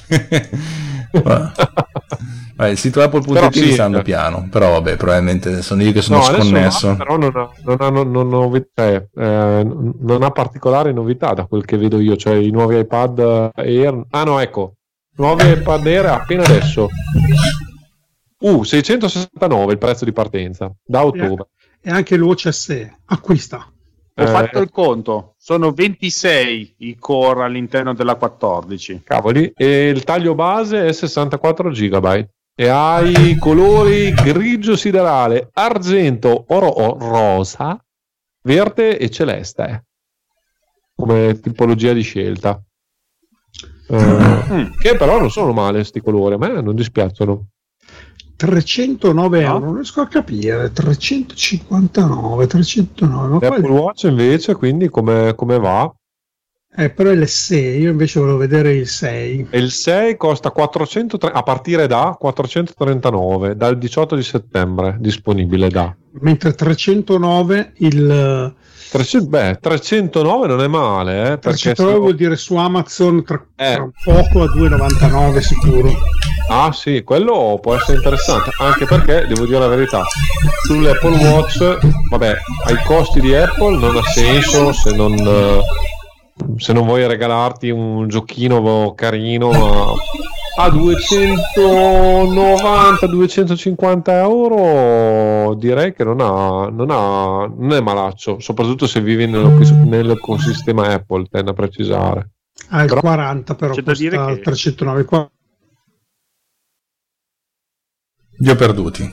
Vabbè, il sito Apple punto it sì, sta andando piano, però vabbè, probabilmente sono io che sono no, sconnesso. Ha, però non ha, non, ha, non, non, novità, eh, non ha particolari novità da quel che vedo io, cioè i nuovi iPad Air. Ah no, ecco, nuovi iPad Air appena adesso. Uh, seicentosessantanove il prezzo di partenza da ottobre. E anche l'U C S E acquista. Ho eh, fatto il conto, sono ventisei i core all'interno della quattordici. Cavoli, e il taglio base è sessantaquattro gigabyte. E hai colori grigio siderale, argento, oro o rosa, verde e celeste come tipologia di scelta. Eh, mm. Che però non sono male sti colori, a me non dispiacciono. trecentonove euro, non riesco a capire. trecentocinquantanove, trecentonove. L'Apple poi... Watch invece, quindi come, come va? Eh, però è l'S sei, io invece volevo vedere il sei. E il sei costa quattrocento a partire da quattrocentotrentanove, dal diciotto di settembre, disponibile da. Mentre trecentonove il... trecento, beh, trecentonove non è male, eh, trecentonove perché vuol dire su Amazon tra, eh. tra poco a due e novantanove sicuro. Ah sì, quello può essere interessante, anche perché, devo dire la verità, sull'Apple Watch, vabbè, ai costi di Apple non ha senso se non... se non vuoi regalarti un giochino carino, ma a duecentonovanta duecentocinquanta euro direi che non ha, non ha non è malaccio, soprattutto se vivi nell'ecosistema Apple, tende a precisare. Ah, il però, quaranta però c'è costa da dire che... trecentonove qua. Li ho perduti.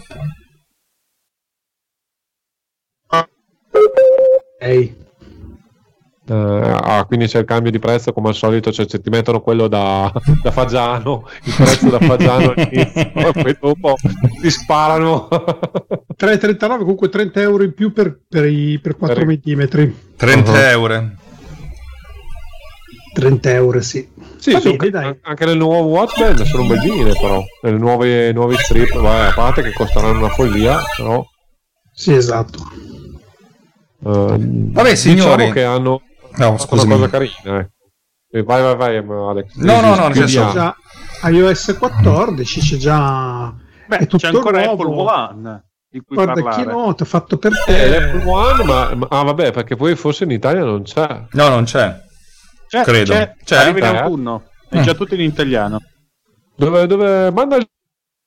Ehi. Uh, ah, quindi c'è il cambio di prezzo come al solito, cioè, cioè ti mettono quello da, da Fagiano, il prezzo da Fagiano e poi dopo ti sparano. tre virgola trentanove comunque trenta euro in più per, per i per quattro per... millimetri. trenta uh-huh. euro trenta euro sì, sì bene, ca- dai. Anche nel nuovo Watch Band sono belline, però nelle nuove nuovi strip, vabbè, a parte che costeranno una follia, però sì, esatto. Uh, vabbè signori, diciamo che hanno no, scusami. Una cosa carina, eh. Vai vai vai Alex. No no no, c'è già iOS quattordici, c'è già Beh, è tutto c'è ancora nuovo. Apple One di cui guarda parlare. Che noto fatto per te eh, l'Apple One, ma, ma ah vabbè, perché poi forse in Italia non c'è. No, non c'è. C'è, credo. C'è, c'è. Arriva in autunno. È già tutto in italiano. Dove dove manda il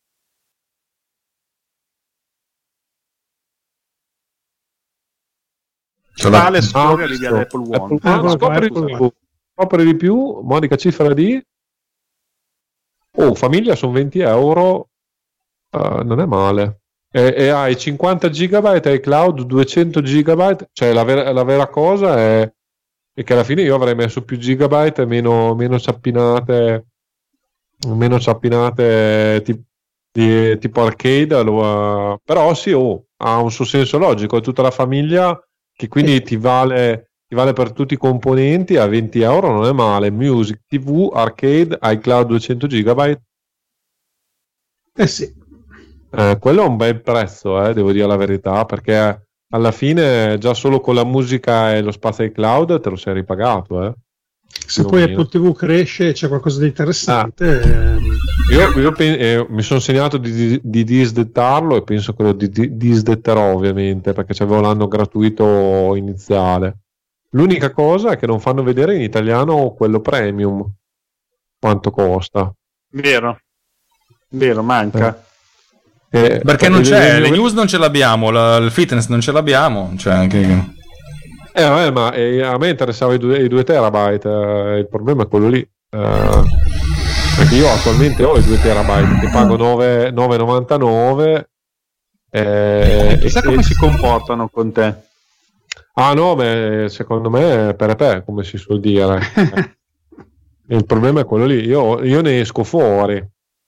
Tale scuola arrivi all'Apple One. Apple One. Ah, scopri, di più. scopri di più, modica cifra di oh, famiglia sono venti euro, uh, non è male. E, e hai cinquanta gigabyte ai cloud, duecento gigabyte, cioè la vera, la vera cosa è, è che alla fine io avrei messo più gigabyte e meno, meno ciappinate, meno ciappinate tipo, di, tipo arcade, allora, però sì, oh, ha un suo senso logico, è tutta la famiglia che quindi ti vale, ti vale per tutti i componenti a venti euro, non è male. Music, tivù, arcade, iCloud duecento gigabyte. Eh sì. Eh, quello è un bel prezzo, eh, devo dire la verità, perché alla fine già solo con la musica e lo spazio iCloud te lo sei ripagato. Eh. Se poi Apple tivù cresce e c'è qualcosa di interessante... Ah. Eh... Io, io pen- eh, mi sono segnato di, di, di disdettarlo e penso che lo di, di, disdetterò ovviamente, perché c'avevo l'anno gratuito iniziale. L'unica cosa è che non fanno vedere in italiano quello premium quanto costa. Vero, vero, manca. Eh. Eh, perché non c'è, le news non ce l'abbiamo, la, il fitness non ce l'abbiamo, cioè che... eh, vabbè, ma eh, a me interessava i due, i due terabyte, eh, il problema è quello lì. Eh, perché io attualmente ho i due terabyte che pago nove virgola novantanove. Eh, chissà come e... si comportano con te. Ah no, beh, secondo me per e per, come si suol dire. Il problema è quello lì, io, io ne esco fuori.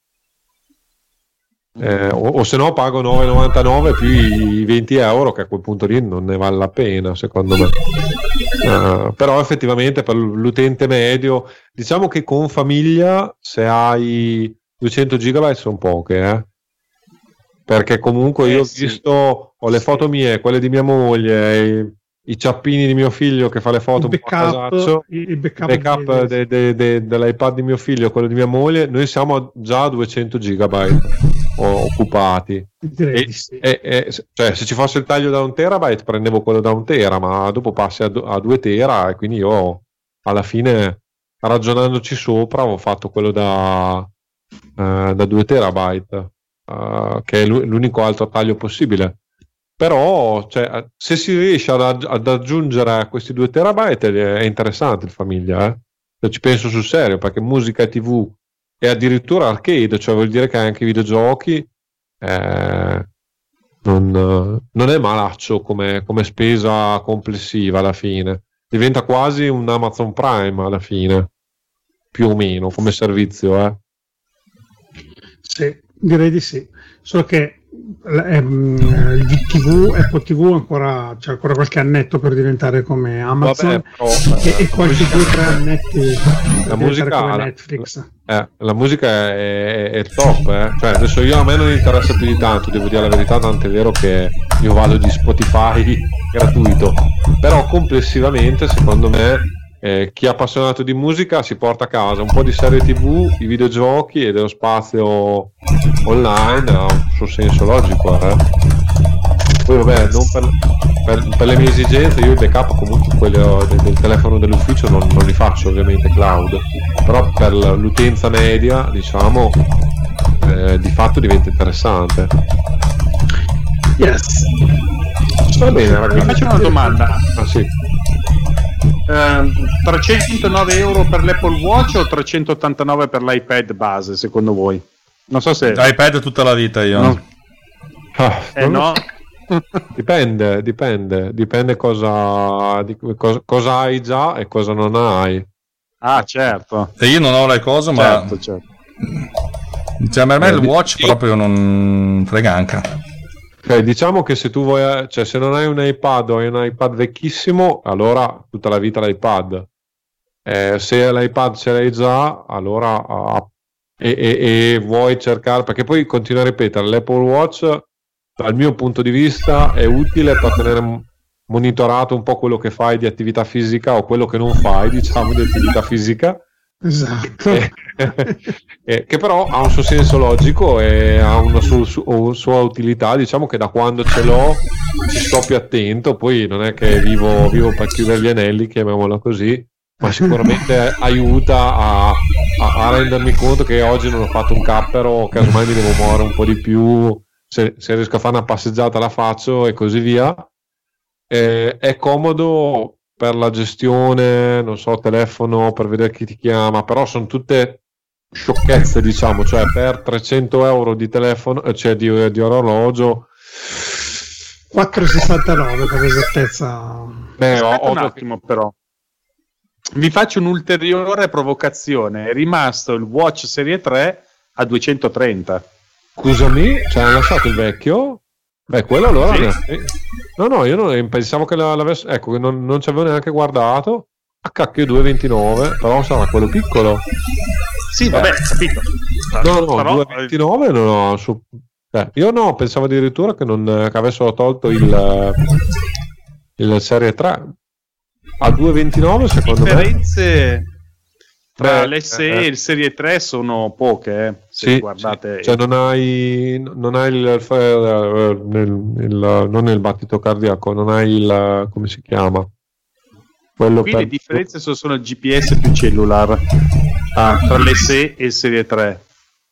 Eh, o, o se no pago nove virgola novantanove più i venti euro, che a quel punto lì non ne vale la pena secondo me. Uh, però effettivamente per l'utente medio, diciamo che con famiglia se hai duecento gigabyte sono poche, eh? Perché comunque eh, io ho sì. visto, ho le sì. foto mie, quelle di mia moglie, i, i ciappini di mio figlio che fa le foto il backup, un po' il backup, backup de, de, de, dell'iPad di mio figlio, quello di mia moglie, noi siamo già a duecento gigabyte occupati. Direi e, di sì. e, e, cioè, se ci fosse il taglio da un terabyte prendevo quello da un tera, ma dopo passi a, a due tera e quindi io alla fine, ragionandoci sopra, ho fatto quello da, uh, da due terabyte, uh, che è l'unico altro taglio possibile. Però cioè, se si riesce ad, ad aggiungere a questi due terabyte è interessante il famiglia, eh? Se ci penso sul serio, perché musica e tivù e addirittura arcade, cioè vuol dire che anche i videogiochi eh, non, non è malaccio come, come spesa complessiva alla fine, diventa quasi un Amazon Prime alla fine, più o meno come servizio, eh. Sì, direi di sì, solo che ehm, il V T V, Apple T V ancora c'è ancora qualche annetto per diventare come Amazon. Vabbè, però, e, e qualche due o tre annetti la musica come la, Netflix. Eh, la musica è, è, è top, eh. Cioè, adesso io a me non interessa più di tanto, devo dire la verità, tanto è vero che io vado di Spotify gratuito, però complessivamente secondo me eh, chi è appassionato di musica si porta a casa un po' di serie tv, i videogiochi e dello spazio online, ha un suo senso logico, eh. Poi vabbè, non per, per, per le mie esigenze io il backup comunque quello del, del telefono dell'ufficio non, non li faccio ovviamente cloud, però per l'utenza media diciamo eh, di fatto diventa interessante. Yes. Va bene ragazzi, faccio una domanda. Ah, sì. eh, trecentonove euro per l'Apple Watch o trecentottantanove per l'iPad base secondo voi? Non so se iPad tutta la vita io no. Ah, eh no dipende dipende dipende cosa, di, cosa cosa hai già e cosa non hai. Ah certo, e io non ho le cose certo, ma certo. Cioè, per me eh, il watch di... proprio non frega anche. Okay, diciamo che se tu vuoi, cioè se non hai un iPad o hai un iPad vecchissimo, allora tutta la vita l'iPad. Eh, se l'iPad ce l'hai già, allora uh, e, e, e vuoi cercare, perché poi continuo a ripetere, l'Apple Watch dal mio punto di vista è utile per tenere monitorato un po' quello che fai di attività fisica o quello che non fai, diciamo, di attività fisica. Esatto. Eh, eh, che però ha un suo senso logico e ha una su, su, sua utilità. Diciamo che da quando ce l'ho ci sto più attento, poi non è che vivo, vivo per chiudere gli anelli, chiamiamola così, ma sicuramente aiuta a, a, a rendermi conto che oggi non ho fatto un cappero, casomai mi devo muovere un po' di più, se, se riesco a fare una passeggiata la faccio e così via. Eh, è comodo per la gestione, non so, telefono, per vedere chi ti chiama, però sono tutte sciocchezze, diciamo, cioè per trecento euro di telefono, cioè di, di orologio quattro virgola sessantanove per l'esattezza. Beh, Aspetta ho, un attimo però, vi faccio un'ulteriore provocazione, è rimasto il Watch Serie tre a duecentotrenta. Scusami, cioè hanno lasciato il vecchio? Beh, quello allora... Sì. No, no, io non, pensavo che l'avesse... Ecco, che non, non ci avevo neanche guardato. A cacchio due virgola ventinove, però sarà quello piccolo. Sì, vabbè, eh. capito. No, no, però... due virgola ventinove non ho... Su... Eh, io no, pensavo addirittura che, non, che avessero tolto il, il Serie tre. A due virgola ventinove secondo me... differenze... Tra Beh, l'S E eh, e il Serie tre sono poche, eh, se sì, guardate. Sì. Cioè non hai, non hai il, il, il, il non il battito cardiaco, non hai il, come si chiama? Quello Qui per... le differenze sono, sono il G P S più cellular ah, tra l'S E e il Serie tre.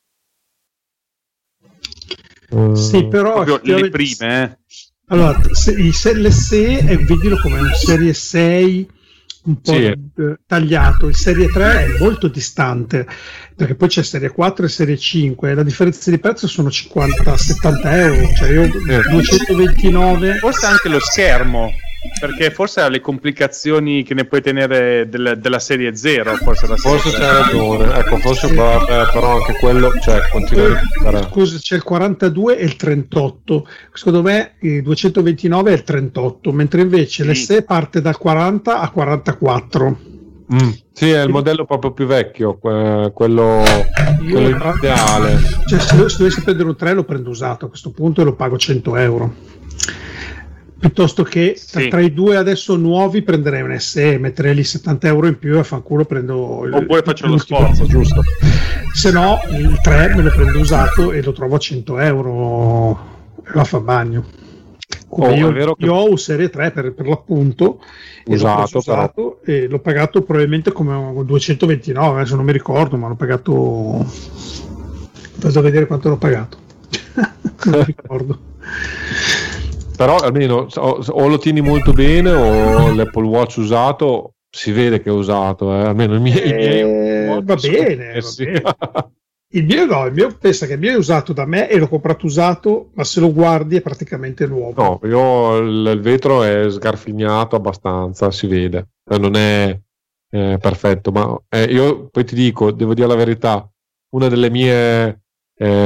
Uh, sì, però proprio le prime, eh. Allora, se, se l'S E è, vedilo come un Serie sei un po' sì. tagliato, il Serie tre è molto distante perché poi c'è Serie quattro e Serie cinque, la differenza di prezzo sono cinquanta settanta euro, cioè io eh. duecentoventinove, forse anche lo schermo, perché forse ha le complicazioni che ne puoi tenere del, della serie zero, forse, la forse c'è ragione, ecco, forse sì. però, eh, però anche quello, cioè continua a scusa, c'è il quarantadue e il trentotto, secondo me il duecentoventinove è il trentotto, mentre invece sì. l'S E parte dal quaranta a quarantaquattro. Mm. Sì, è il modello proprio più vecchio, quello, quello ideale. Cioè, se, se dovessi prendere un tre lo prendo usato a questo punto e lo pago cento euro. Piuttosto che sì. tra i due adesso nuovi prenderei un S E, metterei lì settanta euro in più e fanculo prendo il, oppure faccio lo sforzo, giusto? Se no il tre me lo prendo usato e lo trovo a cento euro e la fa bagno. Come oh, io, che... io ho un Serie tre per, per l'appunto usato, usato e l'ho pagato probabilmente come duecentoventinove, adesso non mi ricordo, ma l'ho pagato, vado a vedere quanto l'ho pagato. Non mi ricordo. Però almeno o, o lo tieni molto bene o l'Apple Watch usato si vede che è usato, eh. Almeno il mio, eh, il mio va bene, va bene. Il mio no, il mio pensa che il mio è usato da me e l'ho comprato usato, ma se lo guardi è praticamente nuovo. No, io il, il vetro è sgarfignato abbastanza, si vede, non è eh, perfetto, ma eh, io poi ti dico, devo dire la verità, una delle mie eh,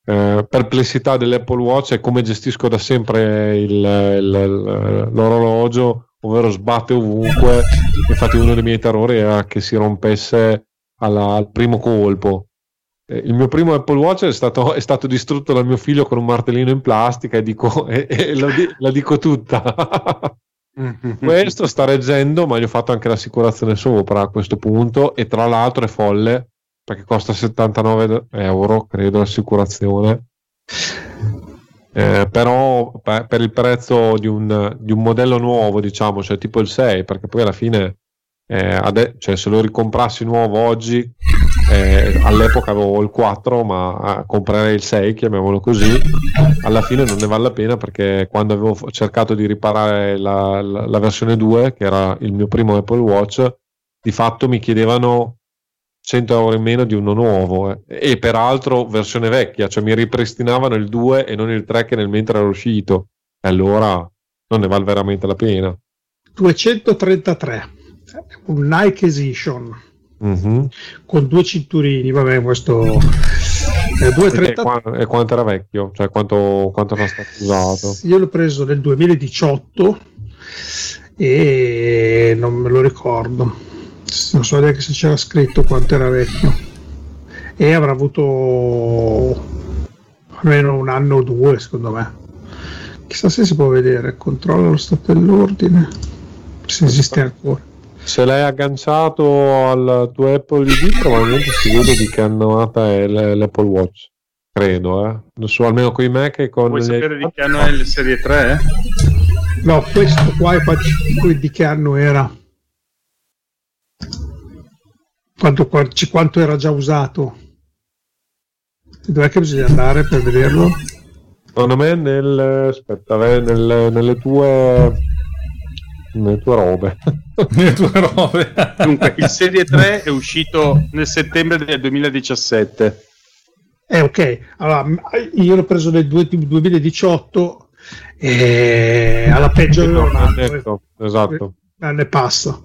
eh, perplessità dell'Apple Watch è come gestisco da sempre il, il, l'orologio, ovvero sbatte ovunque. Infatti uno dei miei terrori era che si rompesse alla, al primo colpo. Eh, il mio primo Apple Watch è stato, è stato distrutto dal mio figlio con un martellino in plastica e, dico, e, e la, la dico tutta. Questo sta reggendo, ma gli ho fatto anche l'assicurazione sopra a questo punto, e tra l'altro è folle perché costa settantanove euro, credo, l'assicurazione. Eh, però per, per il prezzo di un, di un modello nuovo, diciamo, cioè tipo il sei, perché poi alla fine eh, ade- cioè se lo ricomprassi nuovo oggi, eh, all'epoca avevo il quattro, ma eh, comprerei il sei, chiamiamolo così. Alla fine non ne vale la pena, perché quando avevo f- cercato di riparare la, la, la versione due, che era il mio primo Apple Watch, di fatto mi chiedevano cento euro in meno di uno nuovo, eh. E peraltro versione vecchia, cioè mi ripristinavano il due e non il tre che nel mentre era uscito, e allora non ne vale veramente la pena. duecentotrentatré, un Nike Edition, mm-hmm. con due cinturini, vabbè, questo è duecentotrentatré. E quanto era vecchio? Cioè quanto, quanto era stato usato? Io l'ho preso nel duemiladiciotto e non me lo ricordo, non so neanche se c'era scritto quanto era vecchio, e avrà avuto almeno un anno o due, secondo me. Chissà se si può vedere. Controlla lo stato dell'ordine, se esiste ancora. Se l'hai agganciato al tuo Apple I D, probabilmente si vede di che annata è l'Apple Watch, credo, eh. Non so, almeno con i Mac e con... Vuoi sapere di che anno è il Serie tre? Eh? No, questo qua è di che anno era. Quanto, quanto era già usato? Dov'è che bisogna andare per vederlo? Secondo me nel, aspetta, nel, nelle tue nelle tue robe. Le tue robe. Dunque, il Serie tre è uscito nel settembre del duemiladiciassette. Eh, ok. Allora, io l'ho preso nel duemiladiciotto e alla peggio avevo un anno. Detto, esatto. Un anno e passa.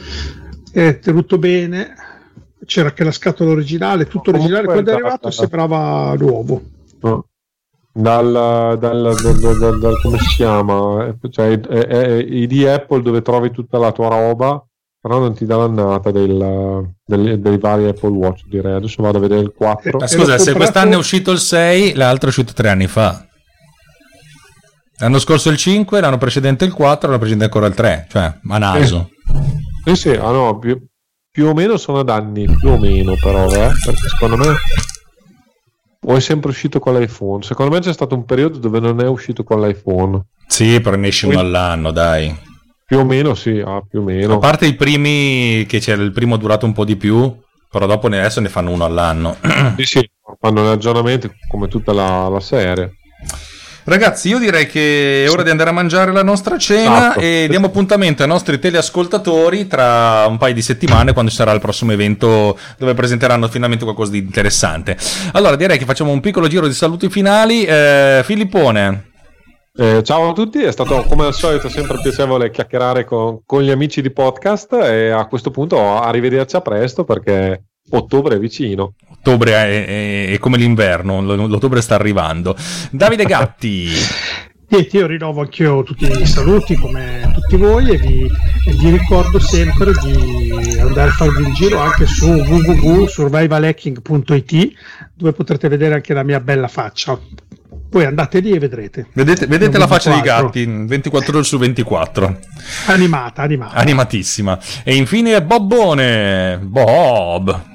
È tenuto bene. C'era anche la scatola originale, tutto originale. Quando è arrivato sembrava nuovo. No. Dal, dal, dal, dal, dal come si chiama? Cioè, è, è, I D Apple, dove trovi tutta la tua roba, però non ti dà l'annata del, del, dei vari Apple Watch, direi. Adesso vado a vedere il quattro. Ma scusa, se quest'anno è uscito il sei, l'altro è uscito tre anni fa. L'anno scorso il cinque, l'anno precedente il quattro, l'anno precedente ancora il tre, cioè a naso. Sì, sì, ah no, più, più o meno sono ad anni, più o meno però, eh? Perché secondo me o è sempre uscito con l'iPhone. Secondo me c'è stato un periodo dove non è uscito con l'iPhone. Sì, però ne esce uno all'anno, dai. Più o meno, sì, ah, più o meno. A parte i primi, che c'era il primo durato un po' di più, però dopo adesso ne fanno uno all'anno. Sì, sì, fanno gli aggiornamenti come tutta la, la serie. Ragazzi, io direi che è ora di andare a mangiare la nostra cena, esatto. E diamo appuntamento ai nostri teleascoltatori tra un paio di settimane, quando ci sarà il prossimo evento dove presenteranno finalmente qualcosa di interessante. Allora direi che facciamo un piccolo giro di saluti finali. eh, Filippone, eh, ciao a tutti, è stato come al solito sempre piacevole chiacchierare con, con gli amici di podcast, e a questo punto arrivederci a presto, perché ottobre è vicino. Ottobre è, è, è come l'inverno, l'ottobre sta arrivando. Davide Gatti. Niente, io rinnovo anch'io tutti i saluti come tutti voi, e vi, e vi ricordo sempre di andare a farvi un giro anche su w w w punto survival hacking punto i t, dove potrete vedere anche la mia bella faccia. Poi andate lì e vedrete. Vedete, vedete la faccia di Gatti ventiquattro ore su ventiquattro. Animata, animata. Animatissima. E infine Bobbone. Bob.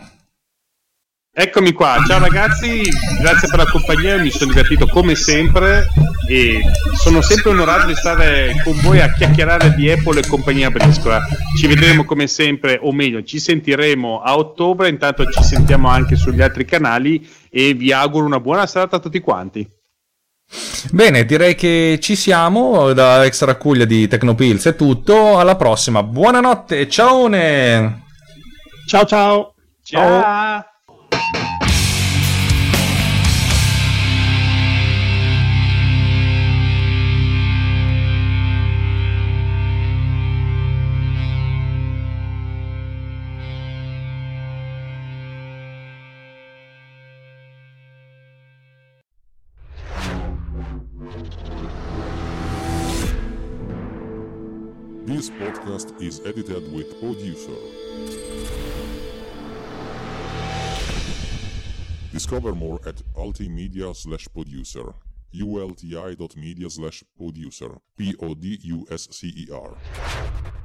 Eccomi qua, ciao ragazzi, grazie per la compagnia, mi sono divertito come sempre e sono sempre onorato di stare con voi a chiacchierare di Apple e compagnia briscola. Ci vedremo come sempre, o meglio, ci sentiremo a ottobre, intanto ci sentiamo anche sugli altri canali e vi auguro una buona serata a tutti quanti. Bene, direi che ci siamo, da Extra Cuglia di Tecnopills è tutto, alla prossima, buonanotte, ciao! Ciao ciao! Ciao! This podcast is edited with Producer. Discover more at ultimedia slash producer. ulti dot media slash producer. P O D U S C E R.